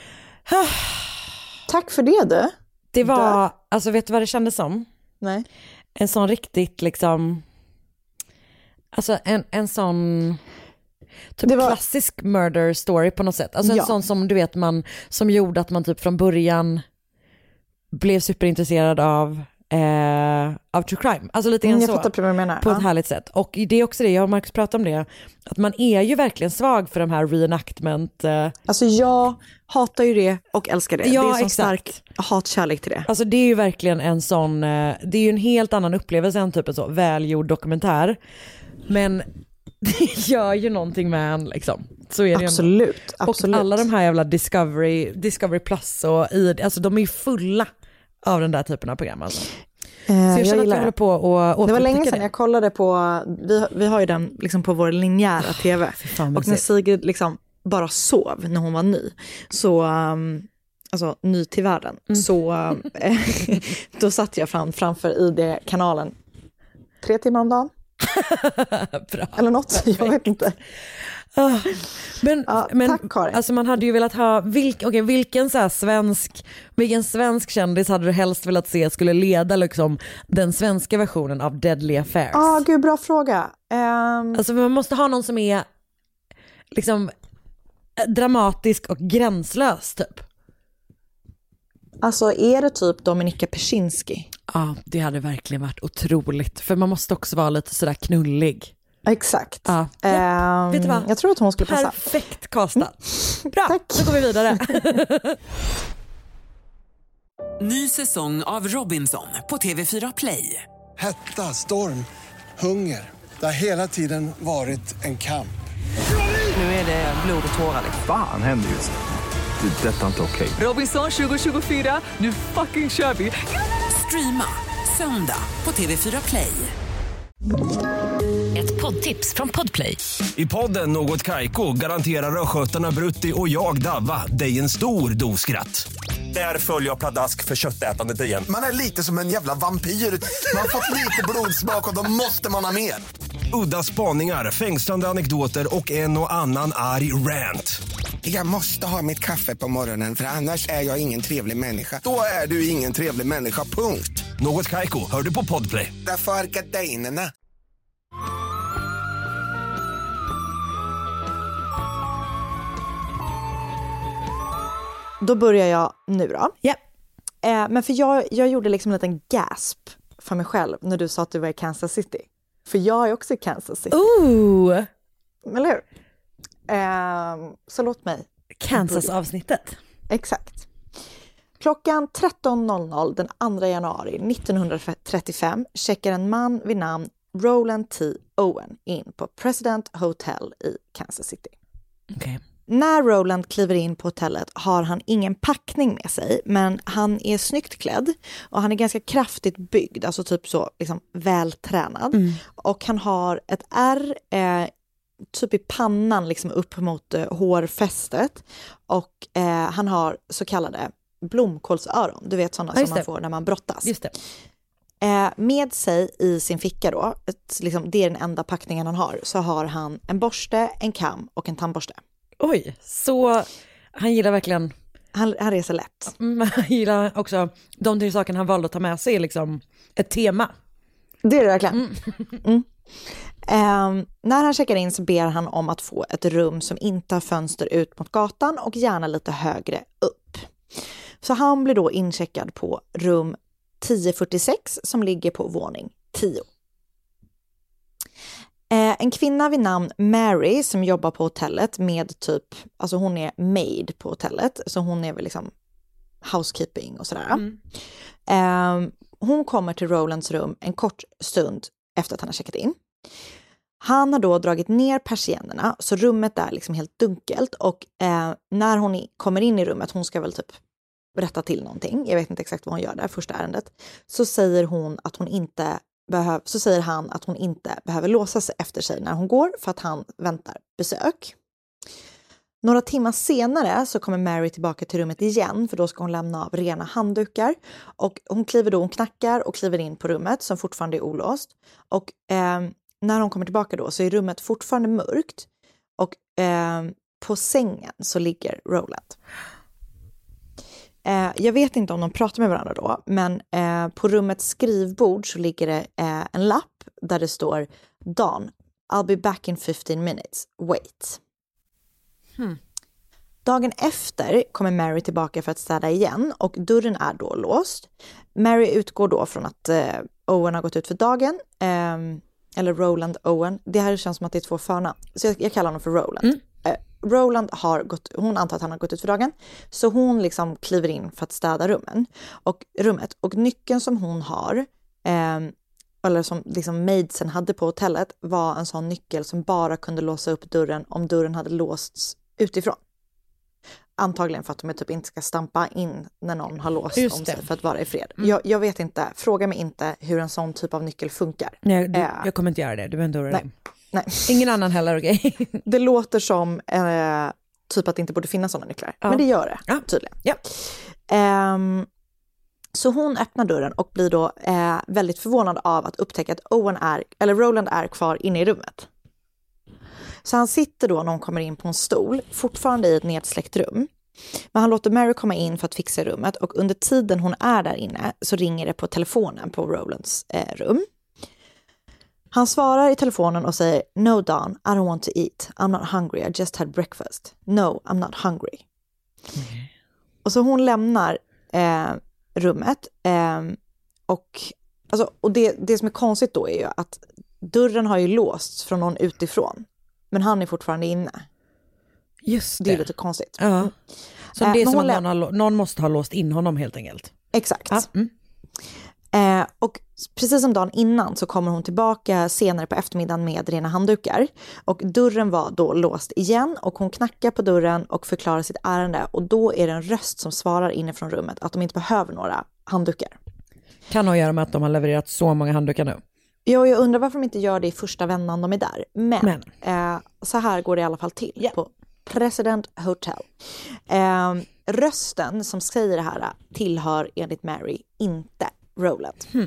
Speaker 9: Tack för det du.
Speaker 8: Det var, Där. alltså vet du vad det kändes som?
Speaker 9: Nej.
Speaker 8: En sån riktigt liksom, alltså en, en sån typ det var... klassisk murder story på något sätt. Alltså en ja. sån som du vet man, som gjorde att man typ från början blev superintresserad av Eh, av true crime. Alltså lite grann
Speaker 9: mm,
Speaker 8: så.
Speaker 9: På, menar.
Speaker 8: på ett
Speaker 9: ja.
Speaker 8: härligt sätt. Och det är också det, jag och Marcus pratat om det, att man är ju verkligen svag för de här reenactment. Eh.
Speaker 9: Alltså jag hatar ju det och älskar det.
Speaker 8: Ja,
Speaker 9: det är så
Speaker 8: exakt.
Speaker 9: stark hatkärlek till det.
Speaker 8: Alltså det är ju verkligen en sån, eh, det är ju en helt annan upplevelse än typ en så välgjord dokumentär. Men det gör ju någonting med en liksom. Så är det
Speaker 9: absolut,
Speaker 8: ju
Speaker 9: absolut.
Speaker 8: Och alla de här jävla Discovery, Discovery Plus och i, alltså de är ju fulla av den där typen av program alltså.
Speaker 9: Eh,
Speaker 8: så jag känner att jag håller på och
Speaker 9: det var länge sedan det. jag kollade på, vi, vi har ju den liksom på vår linjära tv.
Speaker 8: Fan,
Speaker 9: och när Sigrid liksom bara sov när hon var ny, så um, alltså ny till världen, mm. så um, då satt jag fram, framför I D-kanalen tre timmar om dagen.
Speaker 8: Bra.
Speaker 9: Eller något, perfekt. Jag vet inte.
Speaker 8: Oh, men
Speaker 9: ja,
Speaker 8: men
Speaker 9: tack, Karin.
Speaker 8: Alltså man hade ju velat ha vilk, okay, vilken så här svensk vilken svensk kändis hade du helst velat se skulle leda liksom den svenska versionen av Deadly Affairs?
Speaker 9: Ja, ah, gud, bra fråga. Um...
Speaker 8: Alltså man måste ha någon som är liksom dramatisk och gränslös typ.
Speaker 9: Alltså är det typ Dominika Persinski?
Speaker 8: Ja, det hade verkligen varit otroligt, för man måste också vara lite sådär knullig.
Speaker 9: Exakt.
Speaker 8: Ja.
Speaker 9: Um,
Speaker 8: Vet du vad?
Speaker 9: Jag tror att hon skulle passa.
Speaker 8: Perfekt kastad. Bra,
Speaker 9: tack.
Speaker 8: Nu går vi vidare.
Speaker 1: Ny säsong av Robinson på T V fyra Play.
Speaker 2: Hetta, storm, hunger. Det har hela tiden varit en kamp.
Speaker 1: Nu är det blod och tårar.
Speaker 3: Fan händer just det. Det är detta inte okej.
Speaker 1: Robinson tjugo tjugofyra, nu fucking kör vi. Streama söndag på T V fyra Play.
Speaker 10: Ett poddtips från Podplay.
Speaker 11: I podden Något Kaiko garanterar röskötarna Brutti och jag Davva dig en stor dos skratt. Där följer jag pladask för köttätandet igen.
Speaker 12: Man är lite som en jävla vampyr. Man har fått lite blodsmak och då måste man ha mer.
Speaker 11: Udda spaningar, fängslande anekdoter och en och annan arg rant.
Speaker 12: Jag måste ha mitt kaffe på morgonen, för annars är jag ingen trevlig människa. Då är du ingen trevlig människa, punkt.
Speaker 11: Något Kaiko, hör du på Podplay.
Speaker 12: Därför är gardinerna.
Speaker 9: Då börjar jag nu då.
Speaker 8: Ja.
Speaker 9: Eh, men för jag, jag gjorde liksom en liten gasp för mig själv när du sa att du var i Kansas City. För jag är också i Kansas City.
Speaker 8: Ooh!
Speaker 9: Eller hur? Eh, så låt mig.
Speaker 8: Kansas-avsnittet.
Speaker 9: Exakt. Klockan tretton noll noll den andra januari nittonhundratrettiofem checkar en man vid namn Roland T. Owen in på President Hotel i Kansas City.
Speaker 8: Okay.
Speaker 9: När Roland kliver in på hotellet har han ingen packning med sig, men han är snyggt klädd och han är ganska kraftigt byggd, alltså typ så liksom vältränad. Mm. Och han har ett ärr eh, typ i pannan liksom upp mot eh, hårfästet och eh, han har så kallade blomkålsöron, du vet sådana ja, som man får när man brottas.
Speaker 8: Just det.
Speaker 9: Eh, med sig i sin ficka då, ett, liksom, det är den enda packningen han har, så har han en borste, en kam och en tandborste.
Speaker 8: Oj, så han gillar verkligen...
Speaker 9: Han, han reser lätt.
Speaker 8: Han gillar också de tre sakerna han valde att ta med sig, liksom ett tema.
Speaker 9: Det är det verkligen. Mm. Mm. Eh, när han checkar in så ber han om att få ett rum som inte har fönster ut mot gatan och gärna lite högre upp. Så han blir då incheckad på rum tio fyrtiosex som ligger på våning tio. Eh, en kvinna vid namn Mary som jobbar på hotellet med typ, alltså hon är maid på hotellet, så hon är väl liksom housekeeping och sådär. Mm. Eh, hon kommer till Rolands rum en kort stund efter att han har checkat in. Han har då dragit ner persiennerna så rummet är liksom helt dunkelt och eh, när hon i, kommer in i rummet, hon ska väl typ rätta till någonting, jag vet inte exakt vad hon gör där, första ärendet, så säger hon att hon inte behöver, så säger han att hon inte behöver låsa sig efter sig när hon går för att han väntar besök. Några timmar senare så kommer Mary tillbaka till rummet igen för då ska hon lämna av rena handdukar och hon kliver då, hon knackar och kliver in på rummet som fortfarande är olåst och eh, när hon kommer tillbaka då så är rummet fortfarande mörkt och eh, på sängen så ligger Roland. Eh, jag vet inte om de pratar med varandra då, men eh, på rummets skrivbord så ligger det eh, en lapp där det står Dawn, I'll be back in fifteen minutes, wait. Hmm. Dagen efter kommer Mary tillbaka för att städa igen och dörren är då låst. Mary utgår då från att eh, Owen har gått ut för dagen, eh, eller Roland Owen. Det här känns som att det är två förnamn, så jag, jag kallar honom för Roland. Mm. Roland har gått, hon antar att han har gått ut för dagen, så hon liksom kliver in för att städa rummen och rummet och nyckeln som hon har eh, eller som liksom maidsen hade på hotellet var en sån nyckel som bara kunde låsa upp dörren om dörren hade låsts utifrån. Antagligen för att de typ inte ska stampa in när någon har låst Just om sig det. För att vara i fred. Mm. Jag, jag vet inte, fråga mig inte hur en sån typ av nyckel funkar.
Speaker 8: Nej, du,
Speaker 9: eh,
Speaker 8: jag kommer inte göra det, du behöver inte oroa dig.
Speaker 9: Nej.
Speaker 8: Ingen annan heller, okej? Okay?
Speaker 9: Det låter som eh, typ att det inte borde finnas sådana nycklar. Ja. Men det gör det, ja. Tydligen.
Speaker 8: Ja.
Speaker 9: Um, så hon öppnar dörren och blir då eh, väldigt förvånad av att upptäcka att Owen är, eller Roland är kvar inne i rummet. Så han sitter då när hon kommer in på en stol, fortfarande i ett nedsläckt rum. Men han låter Mary komma in för att fixa rummet och under tiden hon är där inne så ringer det på telefonen på Rolands eh, rum. Han svarar i telefonen och säger No Dawn, I don't want to eat. I'm not hungry, I just had breakfast. No, I'm not hungry. Mm. Och så hon lämnar eh, rummet eh, och, alltså, och det, det som är konstigt då är ju att dörren har ju låsts från någon utifrån. Men han är fortfarande inne.
Speaker 8: Just det.
Speaker 9: Det är lite konstigt.
Speaker 8: Ja. Så det är som att någon, har, någon måste ha låst in honom helt enkelt.
Speaker 9: Exakt.
Speaker 8: Ja. Mm.
Speaker 9: Eh, och precis som dagen innan så kommer hon tillbaka senare på eftermiddagen med rena handdukar. Och dörren var då låst igen och hon knackar på dörren och förklarar sitt ärende. Och då är det en röst som svarar inifrån rummet att de inte behöver några handdukar.
Speaker 8: Kan ha att göra med att de har levererat så många handdukar nu.
Speaker 9: Ja, jag undrar varför de inte gör det i första vändan de är där. Men, Men. Eh, så här går det i alla fall till yeah. på President Hotel. Eh, rösten som säger det här tillhör enligt Mary inte Roland. Hmm.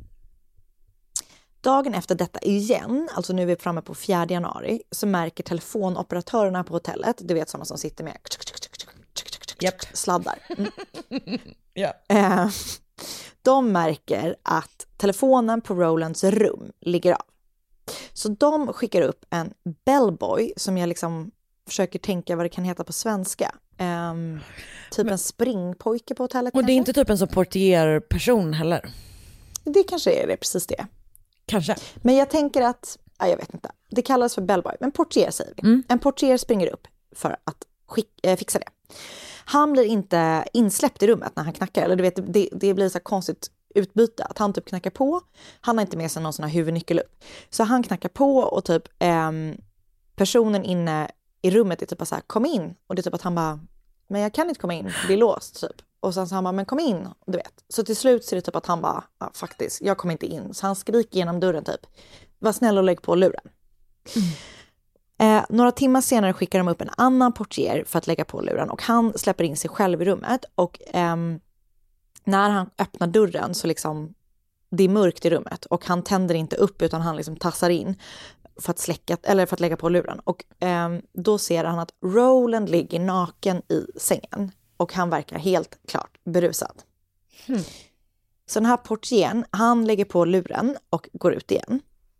Speaker 9: Dagen efter detta igen, alltså nu är vi framme på fjärde januari, så märker telefonoperatörerna på hotellet, du vet sådana som sitter med
Speaker 8: yep.
Speaker 9: sladdar. Mm.
Speaker 8: yeah.
Speaker 9: eh, de märker att telefonen på Rolands rum ligger av. Så de skickar upp en bellboy som jag liksom försöker tänka vad det kan heta på svenska. Um, typ
Speaker 8: Men,
Speaker 9: en springpojke på hotellet.
Speaker 8: Och
Speaker 9: kanske?
Speaker 8: det är inte typ en sån portierperson heller?
Speaker 9: Det kanske är det, precis det.
Speaker 8: Kanske.
Speaker 9: Men jag tänker att, ja, jag vet inte, det kallas för bellboy, men portier säger vi.
Speaker 8: Mm.
Speaker 9: En portier springer upp för att skick, äh, fixa det. Han blir inte insläppt i rummet när han knackar, eller du vet, det, det blir så konstigt utbyte, att han typ knackar på, han har inte med sig någon sån här huvudnyckel upp. Så han knackar på och typ ähm, personen inne i rummet är typ så här, kom in. Och det är typ att han bara, men jag kan inte komma in, det är låst typ. Och sen så han bara, men kom in, du vet. Så till slut så är det typ att han bara, ja, faktiskt, jag kommer inte in. Så han skriker genom dörren typ, var snäll och lägg på luren. Mm. Eh, några timmar senare skickar de upp en annan portier för att lägga på luren. Och han släpper in sig själv i rummet. Och ehm, när han öppnar dörren så liksom, det är mörkt i rummet. Och han tänder inte upp utan han liksom tassar in för att släcka, eller för att lägga på luren. Och ehm, då ser han att Roland ligger naken i sängen. Och han verkar helt klart berusad. Hmm. Så den här portieren, han lägger på luren och går ut igen.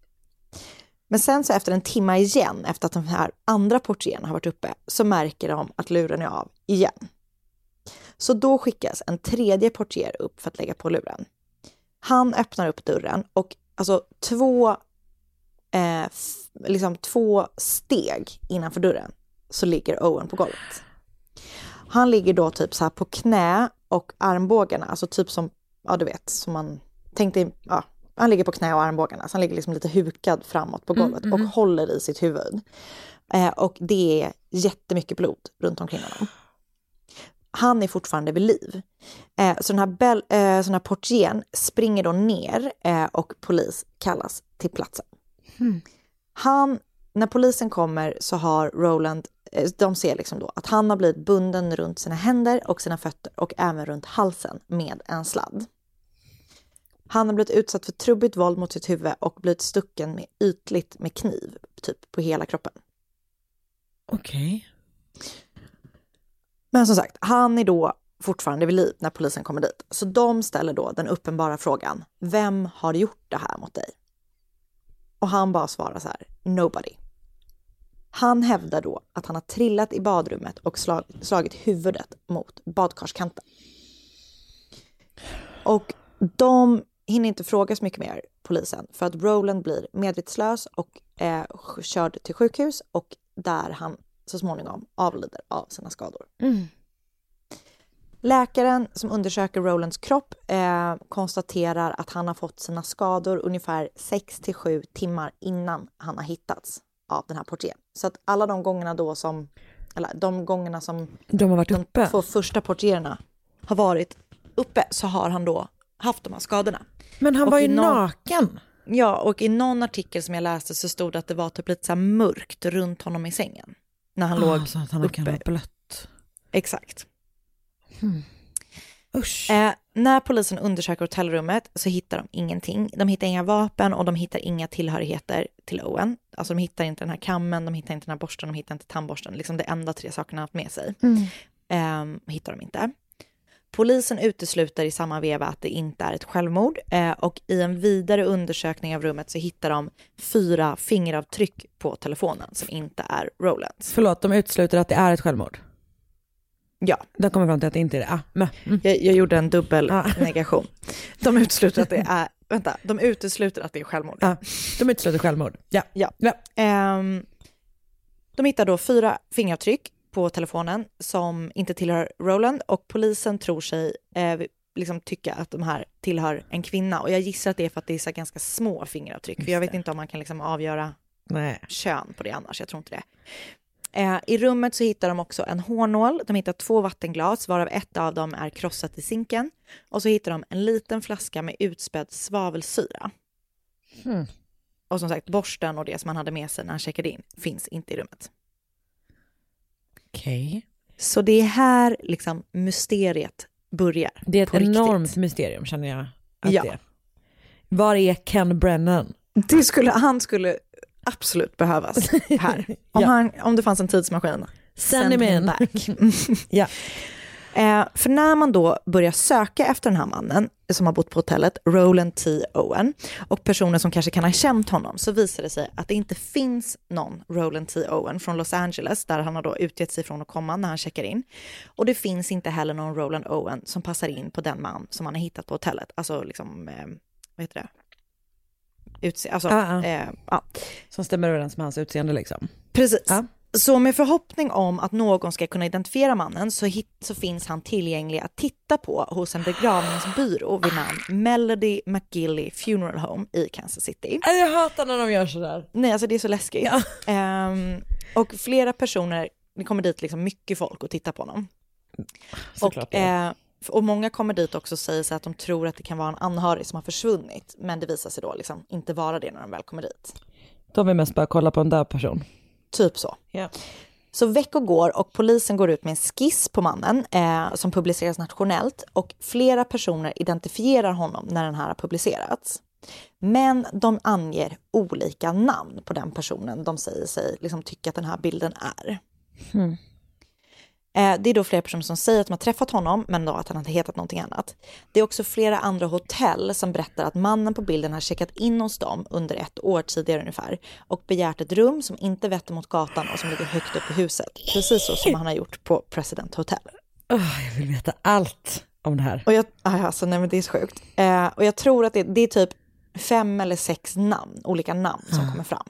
Speaker 9: Men sen så efter en timme igen, efter att de här andra portierna har varit uppe, så märker de att luren är av igen. Så då skickas en tredje portier upp för att lägga på luren. Han öppnar upp dörren och alltså två, eh, f- liksom två steg innanför dörren så ligger Owen på golvet. Han ligger då typ så här på knä och armbågarna, alltså typ som, ja du vet, som man tänkte, ja, han ligger på knä och armbågarna, så han ligger liksom lite hukad framåt på golvet mm, mm. och håller i sitt huvud. Eh, och det är jättemycket blod runt omkring honom. Han är fortfarande vid liv. Eh, så den här, bell, eh, så den här portieren springer då ner eh, och polis kallas till platsen. Mm. Han, när polisen kommer så har Roland, eh, de ser liksom då att han har blivit bunden runt sina händer och sina fötter och även runt halsen med en sladd. Han har blivit utsatt för trubbigt våld mot sitt huvud och blivit stucken med ytligt med kniv, typ på hela kroppen.
Speaker 8: Okej. Okay.
Speaker 9: Men som sagt, han är då fortfarande vid liv när polisen kommer dit. Så de ställer då den uppenbara frågan, vem har gjort det här mot dig? Och han bara svarar så här, nobody. Han hävdar då att han har trillat i badrummet och slag, slagit huvudet mot badkarskanten. Och de hinner inte fråga så mycket mer, polisen, för att Roland blir medvetslös och är körd till sjukhus och där han så småningom avlider av sina skador. Mm. Läkaren som undersöker Rolands kropp eh, konstaterar att han har fått sina skador ungefär sex till sju timmar innan han har hittats av den här portieren. Så att alla de gångerna då som, eller de gångerna som
Speaker 8: de har varit uppe,
Speaker 9: de två första portierna har varit uppe, så har han då haft de här skadorna.
Speaker 8: Men han
Speaker 9: och
Speaker 8: var ju
Speaker 9: någon,
Speaker 8: naken.
Speaker 9: Ja, och i någon artikel som jag läste så stod det att det var typ lite så här mörkt runt honom i sängen. När han
Speaker 8: ah,
Speaker 9: låg
Speaker 8: så att han
Speaker 9: uppe.
Speaker 8: Kan vara blött.
Speaker 9: Exakt.
Speaker 8: Hmm. Usch.
Speaker 9: Eh, när polisen undersöker hotellrummet så hittar de ingenting. De hittar inga vapen och de hittar inga tillhörigheter till Owen. Alltså de hittar inte den här kammen, de hittar inte den här borsten, de hittar inte tandborsten. Liksom det enda tre sakerna han haft med sig. Mm. Eh, hittar de inte. Polisen utesluter i samma veva att det inte är ett självmord eh, och i en vidare undersökning av rummet så hittar de fyra fingeravtryck på telefonen som inte är Rolands.
Speaker 8: Förlåt, de utesluter att det är ett självmord?
Speaker 9: Ja.
Speaker 8: De kommer fram till att det inte är det. Ah, men, mm.
Speaker 9: jag, jag gjorde en dubbel ah. negation. De utesluter att det är, vänta, de utesluter att det är självmord.
Speaker 8: Ah, de utesluter självmord, ja.
Speaker 9: ja.
Speaker 8: ja.
Speaker 9: Um, de hittar då fyra fingeravtryck på telefonen som inte tillhör Roland och polisen tror sig eh, liksom tycka att de här tillhör en kvinna och jag gissar att det är för att det är så ganska små fingeravtryck för jag vet inte om man kan liksom avgöra
Speaker 8: Nej.
Speaker 9: kön på det annars, jag tror inte det. Eh, I rummet så hittar de också en hårnål, de hittar två vattenglas varav ett av dem är krossat i sinken och så hittar de en liten flaska med utspädd svavelsyra. Hmm. Och som sagt, borsten och det som han hade med sig när han checkade in finns inte i rummet.
Speaker 8: Okej. Okay.
Speaker 9: Så det är här liksom mysteriet börjar.
Speaker 8: Det är ett enormt
Speaker 9: riktigt.
Speaker 8: mysterium känner jag. Att
Speaker 9: ja.
Speaker 8: det. Var är Ken Brennan?
Speaker 9: Det skulle, han skulle absolut behövas här. Om,
Speaker 8: ja.
Speaker 9: han, om det fanns en tidsmaskin.
Speaker 8: Send him in.
Speaker 9: Back.
Speaker 8: ja.
Speaker 9: Eh, för när man då börjar söka efter den här mannen som har bott på hotellet, Roland T. Owen, och personer som kanske kan ha känt honom, så visar det sig att det inte finns någon Roland T. Owen från Los Angeles, där han har då utgett sig från att komma när han checkar in. Och det finns inte heller någon Roland Owen som passar in på den man som han har hittat på hotellet. Alltså liksom, eh, vad heter det? Utse- alltså,
Speaker 8: ah, ah.
Speaker 9: Eh, ja.
Speaker 8: Som stämmer överens med hans utseende liksom.
Speaker 9: Precis.
Speaker 8: Ah.
Speaker 9: Så med förhoppning om att någon ska kunna identifiera mannen så, hit, så finns han tillgänglig att titta på hos en begravningsbyrå vid namn Melody McGilly Funeral Home i Kansas City.
Speaker 8: Jag hatar när de gör sådär.
Speaker 9: Nej, alltså det är så läskigt. Ja. Um, och flera personer, det kommer dit liksom mycket folk och titta på honom.
Speaker 8: Såklart,
Speaker 9: och, eh, och många kommer dit också och säger sig att de tror att det kan vara en anhörig som har försvunnit. Men det visar sig då liksom inte vara det när de väl kommer dit.
Speaker 8: De vill mest bara kolla på en död person.
Speaker 9: Typ så.
Speaker 8: Yeah.
Speaker 9: Så veckor går och polisen går ut med en skiss på mannen eh, som publiceras nationellt. Och flera personer identifierar honom när den här har publicerats. Men de anger olika namn på den personen de säger sig liksom tycka att den här bilden är.
Speaker 8: Mm.
Speaker 9: Eh, det är då flera personer som säger att de har träffat honom, men då att han har hetat någonting annat. Det är också flera andra hotell som berättar att mannen på bilden har checkat in hos dem under ett år tidigare ungefär och begärt ett rum som inte vetter mot gatan och som ligger högt upp i huset. Precis så som han har gjort på President Hotel.
Speaker 8: Oh, jag vill veta allt om det här.
Speaker 9: Och jag, alltså, nej, men det är så sjukt. Eh, och jag tror att det, det är typ fem eller sex namn, olika namn som mm. kommer fram.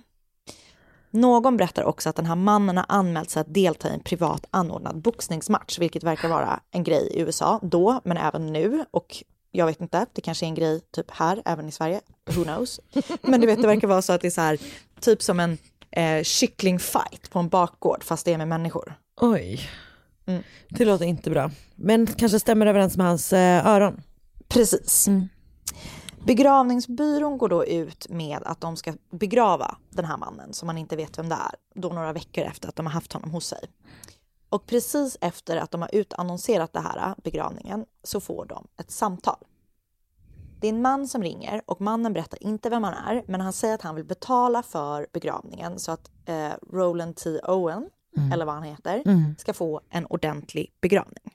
Speaker 9: Någon berättar också att den här mannen har anmält sig att delta i en privat anordnad boxningsmatch, vilket verkar vara en grej i U S A då, men även nu. Och jag vet inte, det kanske är en grej typ här, även i Sverige. Who knows? Men du vet, det verkar vara så att det är så här, typ som en eh, kycklingfight på en bakgård, fast det är med människor.
Speaker 8: Oj, mm. Det låter inte bra. Men kanske stämmer överens med hans eh, öron.
Speaker 9: Precis. Mm. Begravningsbyrån går då ut med att de ska begrava den här mannen som man inte vet vem det är, då några veckor efter att de har haft honom hos sig. Och precis efter att de har utannonserat det här begravningen så får de ett samtal. Det är en man som ringer och mannen berättar inte vem han är, men han säger att han vill betala för begravningen så att eh, Roland T. Owen, mm. eller vad han heter, mm. ska få en ordentlig begravning.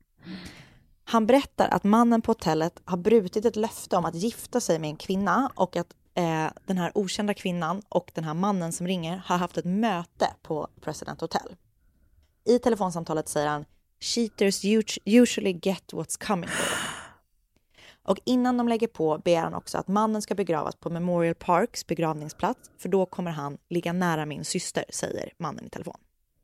Speaker 9: Han berättar att mannen på hotellet har brutit ett löfte om att gifta sig med en kvinna och att eh, den här okända kvinnan och den här mannen som ringer har haft ett möte på President Hotel. I telefonsamtalet säger han "Cheaters usually get what's coming for them." Och innan de lägger på begär han också att mannen ska begravas på Memorial Parks begravningsplats, för då kommer han ligga nära min syster, säger mannen i telefon.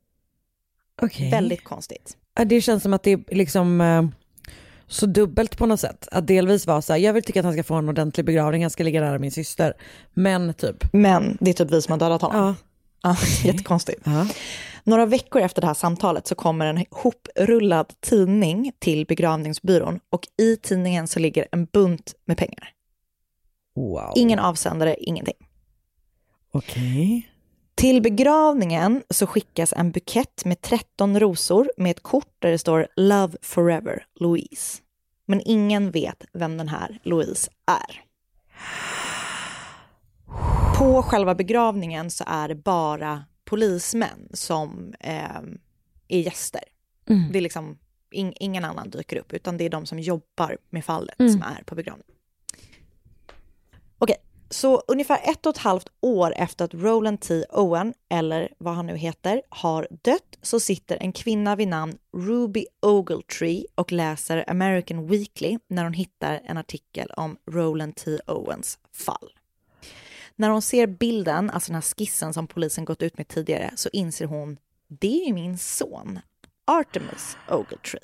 Speaker 8: Okay.
Speaker 9: Väldigt konstigt.
Speaker 8: Ja, det känns som att det är liksom eh, så dubbelt på något sätt. Att delvis vara så här, jag vill tycka att han ska få en ordentlig begravning, han ska ligga nära min syster. Men typ.
Speaker 9: Men det är typ vi som har dödat honom.
Speaker 8: Ja.
Speaker 9: Ja, jättekonstigt.
Speaker 8: Ja.
Speaker 9: Några veckor efter det här samtalet så kommer en hoprullad tidning till begravningsbyrån och i tidningen så ligger en bunt med pengar.
Speaker 8: Wow.
Speaker 9: Ingen avsändare, ingenting.
Speaker 8: Okej. Okay.
Speaker 9: Till begravningen så skickas en bukett med tretton rosor med ett kort där det står Love Forever, Louise. Men ingen vet vem den här Louise är. På själva begravningen så är det bara polismän som eh, är gäster. Mm. Det är liksom in, ingen annan dyker upp, utan det är de som jobbar med fallet mm. som är på begravningen. Okej, så ungefär ett och ett halvt år efter att Roland T. Owen, eller vad han nu heter, har dött så sitter en kvinna vid namn Ruby Ogletree och läser American Weekly när hon hittar en artikel om Roland T. Owens fall. När hon ser bilden, alltså den här skissen som polisen gått ut med tidigare, så inser hon, det är ju min son, Artemis Ogletree.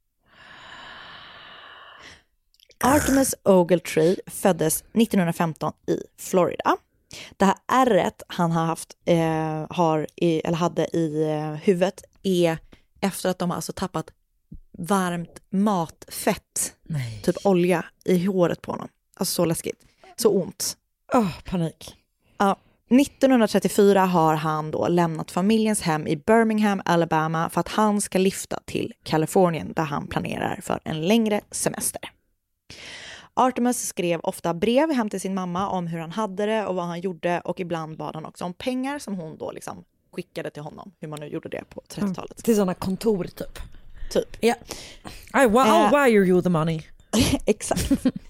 Speaker 9: Artemis Ogletree föddes nittonhundrafemton i Florida. Det här ärret han har haft, eh, har i, eller hade i eh, huvudet är efter att de har alltså tappat varmt matfett, Nej. typ olja, i håret på honom. Alltså så läskigt, så ont.
Speaker 8: Oh, panik.
Speaker 9: Ja, nittonhundratrettiofyra har han då lämnat familjens hem i Birmingham, Alabama för att han ska lyfta till Kalifornien där han planerar för en längre semester. Artemis skrev ofta brev hem till sin mamma om hur han hade det och vad han gjorde, och ibland bad han också om pengar som hon då liksom skickade till honom, hur man nu gjorde det på trettiotalet.
Speaker 8: Till sådana kontor typ.
Speaker 9: typ.
Speaker 8: Ja. I, wa- I'll
Speaker 9: Eh.
Speaker 8: wire you the money.
Speaker 9: Exakt.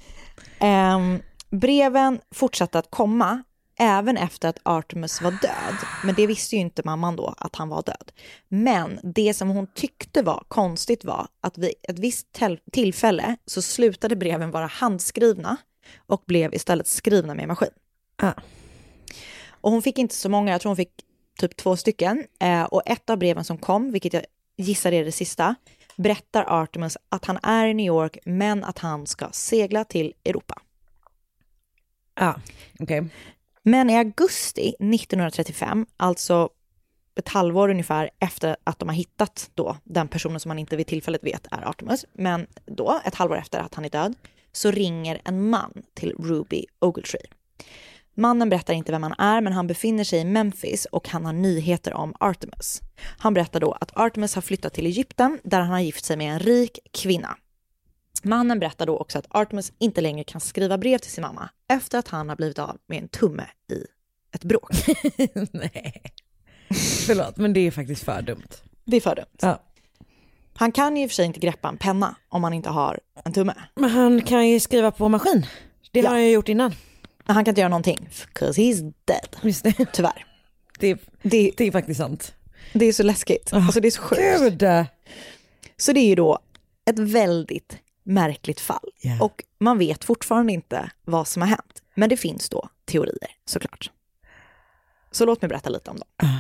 Speaker 9: um, breven fortsatte att komma även efter att Artemis var död. Men det visste ju inte mamman då, att han var död. Men det som hon tyckte var konstigt var att vid ett visst tel- tillfälle så slutade breven vara handskrivna och blev istället skrivna med maskin.
Speaker 8: Ah.
Speaker 9: Och hon fick inte så många, jag tror hon fick typ två stycken. Eh, och ett av breven som kom, vilket jag gissar är det sista, berättar Artemis att han är i New York men att han ska segla till Europa.
Speaker 8: Ja, ah, okej. Okay.
Speaker 9: Men i augusti nittonhundratrettiofem, alltså ett halvår ungefär efter att de har hittat då den personen som man inte vid tillfället vet är Artemis, men då ett halvår efter att han är död, så ringer en man till Ruby Ogletree. Mannen berättar inte vem han är, men han befinner sig i Memphis och han har nyheter om Artemis. Han berättar då att Artemis har flyttat till Egypten där han har gift sig med en rik kvinna. Mannen berättar då också att Artemis inte längre kan skriva brev till sin mamma efter att han har blivit av med en tumme i ett bråk.
Speaker 8: Nej, förlåt, men det är faktiskt för dumt.
Speaker 9: Det är för dumt.
Speaker 8: Ja.
Speaker 9: Han kan ju i och för sig inte greppa en penna om han inte har en tumme.
Speaker 8: Men han kan ju skriva på maskin. Det
Speaker 9: Ja.
Speaker 8: har jag gjort innan.
Speaker 9: Han kan inte göra någonting, because he's dead.
Speaker 8: Just det.
Speaker 9: Tyvärr.
Speaker 8: Det,
Speaker 9: Det,
Speaker 8: det är faktiskt sant.
Speaker 9: det är så läskigt.
Speaker 8: Oh,
Speaker 9: alltså det är så sjukt.
Speaker 8: Gud.
Speaker 9: Så det är ju då ett väldigt märkligt fall.
Speaker 8: Yeah.
Speaker 9: Och man vet fortfarande inte vad som har hänt. Men det finns då teorier, såklart. Så låt mig berätta lite om dem.
Speaker 8: Uh.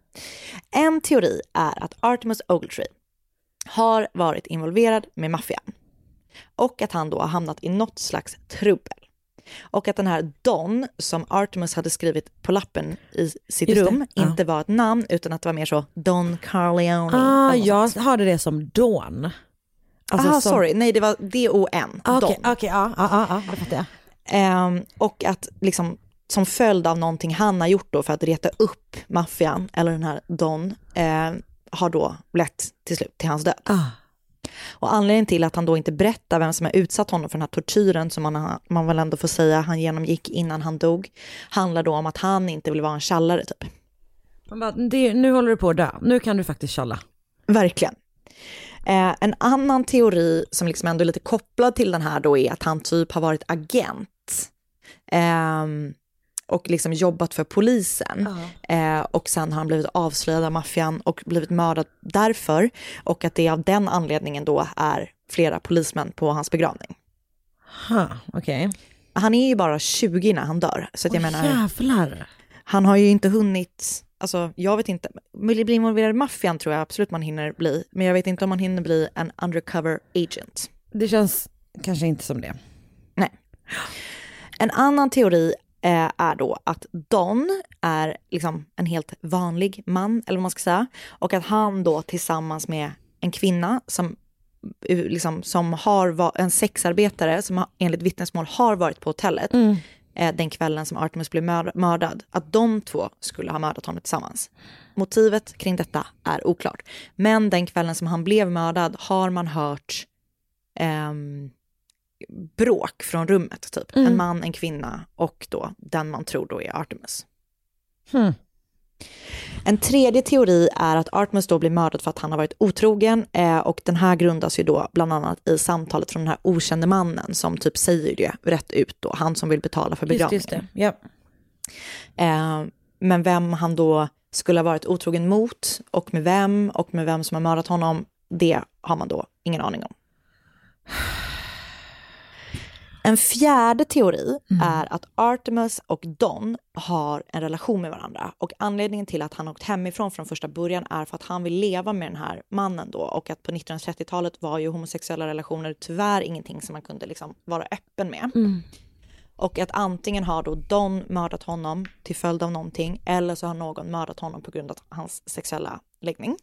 Speaker 9: En teori är att Artemis Ogletree har varit involverad med maffian. Och att han då har hamnat i något slags trubbel. Och att den här Don som Artemis hade skrivit på lappen i sitt
Speaker 8: Just
Speaker 9: rum
Speaker 8: det.
Speaker 9: inte
Speaker 8: Ja.
Speaker 9: var ett namn utan att det var mer så Don Corleone.
Speaker 8: Ah,
Speaker 9: eller något
Speaker 8: jag
Speaker 9: sånt.
Speaker 8: hörde det som Dawn. Alltså
Speaker 9: ah,
Speaker 8: som...
Speaker 9: sorry. Nej, det var D O N.
Speaker 8: Ah, Okej,
Speaker 9: Don.
Speaker 8: okay, ja, ja, ja, det fattar jag.
Speaker 9: Ehm, och att liksom som följd av någonting han har gjort då för att reta upp maffian eller den här Don eh, har då lett till slut till hans död.
Speaker 8: Ah.
Speaker 9: Och anledningen till att han då inte berättar vem som har utsatt honom för den här tortyren som man, man väl ändå får säga han genomgick innan han dog handlar då om att han inte vill vara en tjallare typ.
Speaker 8: Man bara, det, nu håller du på att dö. Nu kan du faktiskt tjalla.
Speaker 9: Verkligen. Eh, en annan teori som liksom ändå är lite kopplad till den här då är att han typ har varit agent. Eh, och liksom jobbat för polisen. Uh-huh. Eh, och sen har han blivit avslöjad av maffian och blivit mördad därför. Och att det av den anledningen då är flera polismän på hans begravning.
Speaker 8: Huh, okej. Okay.
Speaker 9: Han är ju bara tjugo när han dör. Så att jag
Speaker 8: oh,
Speaker 9: menar,
Speaker 8: jävlar.
Speaker 9: Han har ju inte hunnit, alltså jag vet inte, bli involverad i maffian tror jag absolut man hinner bli. Men jag vet inte om man hinner bli en undercover agent.
Speaker 8: Det känns kanske inte som det.
Speaker 9: Nej. En annan teori är då att Don är liksom en helt vanlig man, eller vad man ska säga. Och att han då tillsammans med en kvinna som, liksom, som har va- en sexarbetare som har, enligt vittnesmål har varit på hotellet mm. eh, den kvällen som Artemis blev mör- mördad. Att de två skulle ha mördat honom tillsammans. Motivet kring detta är oklart. Men den kvällen som han blev mördad har man hört ehm, bråk från rummet typ. Mm. En man, en kvinna och då den man tror då är Artemis.
Speaker 8: Hmm.
Speaker 9: En tredje teori är att Artemis då blir mördad för att han har varit otrogen eh, och den här grundas ju då bland annat i samtalet från den här okände mannen som typ säger det rätt ut då, han som vill betala för begravningen.
Speaker 8: Just, just det. Yep.
Speaker 9: Eh, men vem han då skulle ha varit otrogen mot och med vem och med vem som har mördat honom, det har man då ingen aning om. En fjärde teori mm. är att Artemis och Don har en relation med varandra. Och anledningen till att han åkt hemifrån från första början är för att han vill leva med den här mannen då. Och att på nittonhundratrettiotalet var ju homosexuella relationer tyvärr ingenting som man kunde liksom vara öppen med. Mm. Och att antingen har då Don mördat honom till följd av någonting. Eller så har någon mördat honom på grund av hans sexuella läggning.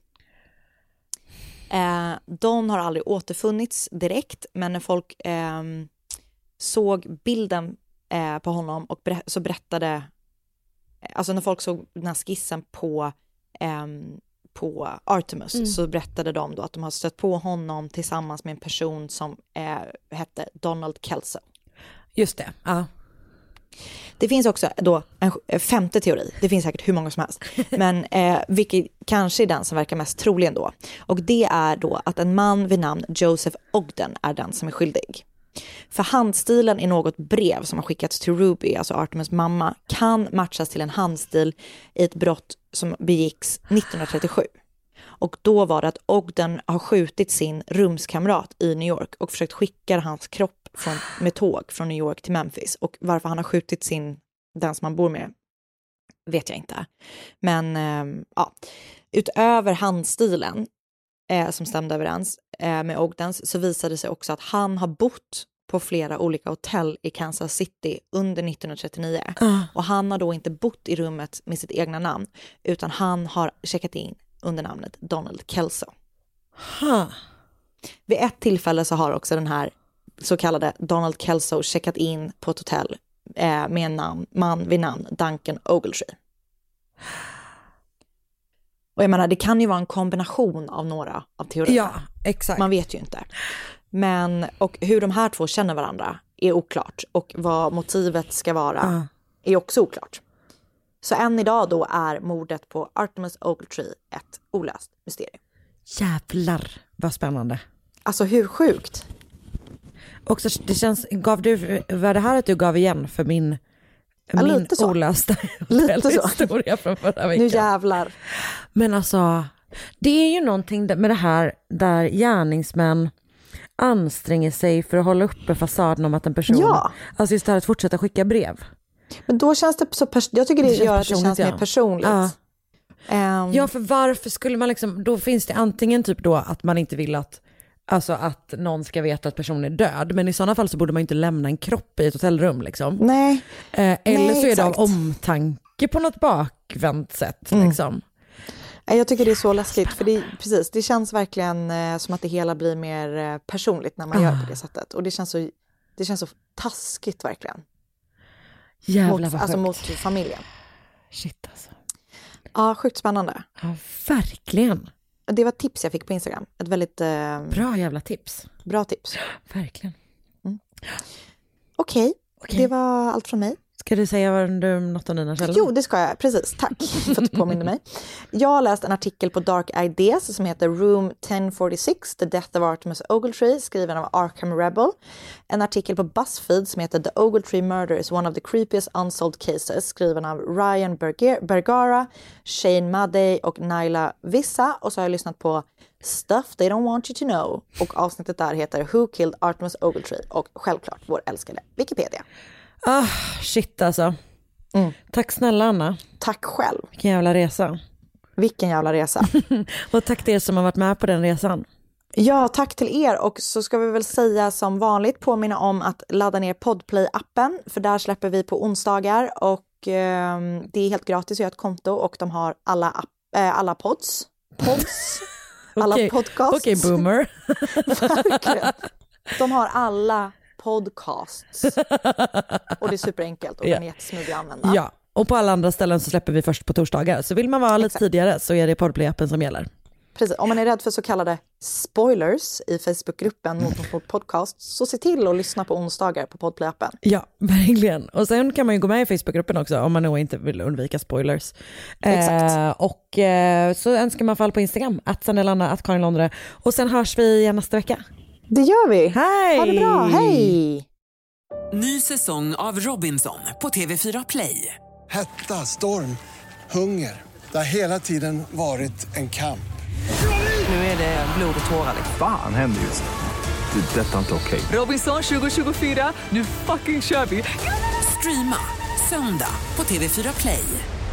Speaker 9: Eh, Don har aldrig återfunnits direkt. Men när folk... Eh, såg bilden eh, på honom och ber- så berättade, alltså när folk såg den här skissen på, eh, på Artemis mm. så berättade de då att de har stött på honom tillsammans med en person som eh, hette Donald Kelso.
Speaker 8: Just det, ja.
Speaker 9: Det finns också då en femte teori. Det finns säkert hur många som helst. Men eh, vilket kanske är den som verkar mest trolig ändå. Och det är då att en man vid namn Joseph Ogden är den som är skyldig. För handstilen i något brev som har skickats till Ruby, alltså Artemis mamma, kan matchas till en handstil i ett brott som begicks nittonhundratrettiosju. Och då var det att Ogden har skjutit sin rumskamrat i New York och försökt skicka hans kropp från, med tåg från New York till Memphis. Och varför han har skjutit sin, den som han bor med, vet jag inte. Men eh, ja, utöver handstilen eh, som stämde överens eh, med Ogdens, så visade det sig också att han har bott på flera olika hotell i Kansas City under nittonhundratrettionio. Uh. Och han har då inte bott i rummet med sitt egna namn, utan han har checkat in under namnet Donald Kelso.
Speaker 8: Huh.
Speaker 9: Vid ett tillfälle så har också den här så kallade Donald Kelso checkat in på ett hotell eh, med en namn, man vid namn Duncan Ogletree. Och jag menar, det kan ju vara en kombination av några av teorierna.
Speaker 8: Ja, exakt.
Speaker 9: Man vet ju inte. Men, och hur de här två känner varandra är oklart. Och vad motivet ska vara uh. är också oklart. Så än idag då är mordet på Artemis Ogletree ett olöst mysterium.
Speaker 8: Jävlar, vad spännande.
Speaker 9: Alltså hur sjukt?
Speaker 8: Också, det känns, gav du, var det här att du gav igen för min,
Speaker 9: ja,
Speaker 8: min olösta historia från förra veckan?
Speaker 9: Nu jävlar.
Speaker 8: Men alltså, det är ju någonting med det här där gärningsmän anstränger sig för att hålla uppe fasaden om att en person,
Speaker 9: ja.
Speaker 8: alltså istället att fortsätta skicka brev.
Speaker 9: Men då känns det så, pers- jag tycker det, det gör att det känns ja. mer personligt.
Speaker 8: Ja.
Speaker 9: Um.
Speaker 8: ja, för varför skulle man liksom, då finns det antingen typ då att man inte vill att, alltså att någon ska veta att personen är död, men i sådana fall så borde man inte lämna en kropp i ett hotellrum liksom.
Speaker 9: Nej.
Speaker 8: Eh, eller
Speaker 9: Nej,
Speaker 8: så är
Speaker 9: exakt.
Speaker 8: det av omtanke på något bakvänt sätt
Speaker 9: mm.
Speaker 8: liksom.
Speaker 9: Jag tycker det är så läskigt, för det, precis, det känns verkligen eh, som att det hela blir mer eh, personligt när man ah. gör på det sättet. Och det känns så, det känns så taskigt verkligen.
Speaker 8: Jävlar
Speaker 9: mot, alltså mot familjen.
Speaker 8: Shit alltså.
Speaker 9: Ja, sjukt spännande.
Speaker 8: Ja, verkligen.
Speaker 9: Det var tips jag fick på Instagram. Ett väldigt... Eh,
Speaker 8: bra jävla tips.
Speaker 9: Bra tips.
Speaker 8: Verkligen.
Speaker 9: Mm. Okej, okay. okay. Det var allt från mig.
Speaker 8: Ska du säga vad du, något om dina källor?
Speaker 9: Jo, det ska jag. Precis, tack för att du påminner mig. Jag har läst en artikel på Dark Ideas som heter Room ten forty-six, The Death of Artemis Ogletree, skriven av Arkham Rebel. En artikel på BuzzFeed som heter The Ogletree Murder is one of the creepiest unsolved cases, skriven av Ryan Berger- Bergara, Shane Madej och Naila Vissa. Och så har jag lyssnat på Stuff They Don't Want You To Know. Och avsnittet där heter Who Killed Artemis Ogletree? Och självklart vår älskade Wikipedia.
Speaker 8: Ah, shit alltså. Mm. Tack snälla Anna.
Speaker 9: Tack själv.
Speaker 8: Vilken jävla resa.
Speaker 9: Vilken jävla resa.
Speaker 8: Och tack till er som har varit med på den resan.
Speaker 9: Ja, tack till er. Och så ska vi väl säga som vanligt, påminna om att ladda ner Podplay-appen. För där släpper vi på onsdagar. Och eh, det är helt gratis att göra ett konto. Och de har alla, app, äh, alla pods. Pods. alla
Speaker 8: okay.
Speaker 9: podcasts.
Speaker 8: Okej, okay, boomer.
Speaker 9: Verkligen. De har alla podcasts. Och det är superenkelt och yeah. den är jättesmidig att använda.
Speaker 8: Ja, och på alla andra ställen så släpper vi först på torsdagar. Så vill man vara lite Exakt. tidigare så är det Podplay-appen som gäller.
Speaker 9: Precis, om man är rädd för så kallade spoilers i Facebookgruppen mot mot podcast, så se till att lyssna på onsdagar på Podplay-appen.
Speaker 8: Ja, verkligen. Och sen kan man ju gå med i Facebookgruppen också om man nog inte vill undvika spoilers.
Speaker 9: Exakt.
Speaker 8: Eh, och eh, så önskar man fall på Instagram, att Sandelanna, att Karin Londre. Och sen hörs vi igen nästa vecka.
Speaker 9: Det gör vi.
Speaker 8: Hej!
Speaker 9: Ha det bra, hej!
Speaker 1: Ny säsong av Robinson på T V fyra Play.
Speaker 2: Hetta, storm, hunger. Det har hela tiden varit en kamp.
Speaker 1: Nu är det blod och tårar.
Speaker 3: Fan händer just det. Det är detta inte okej.
Speaker 1: Okay. Robinson tjugo tjugofyra, nu fucking kör vi. Streama söndag på T V fyra Play.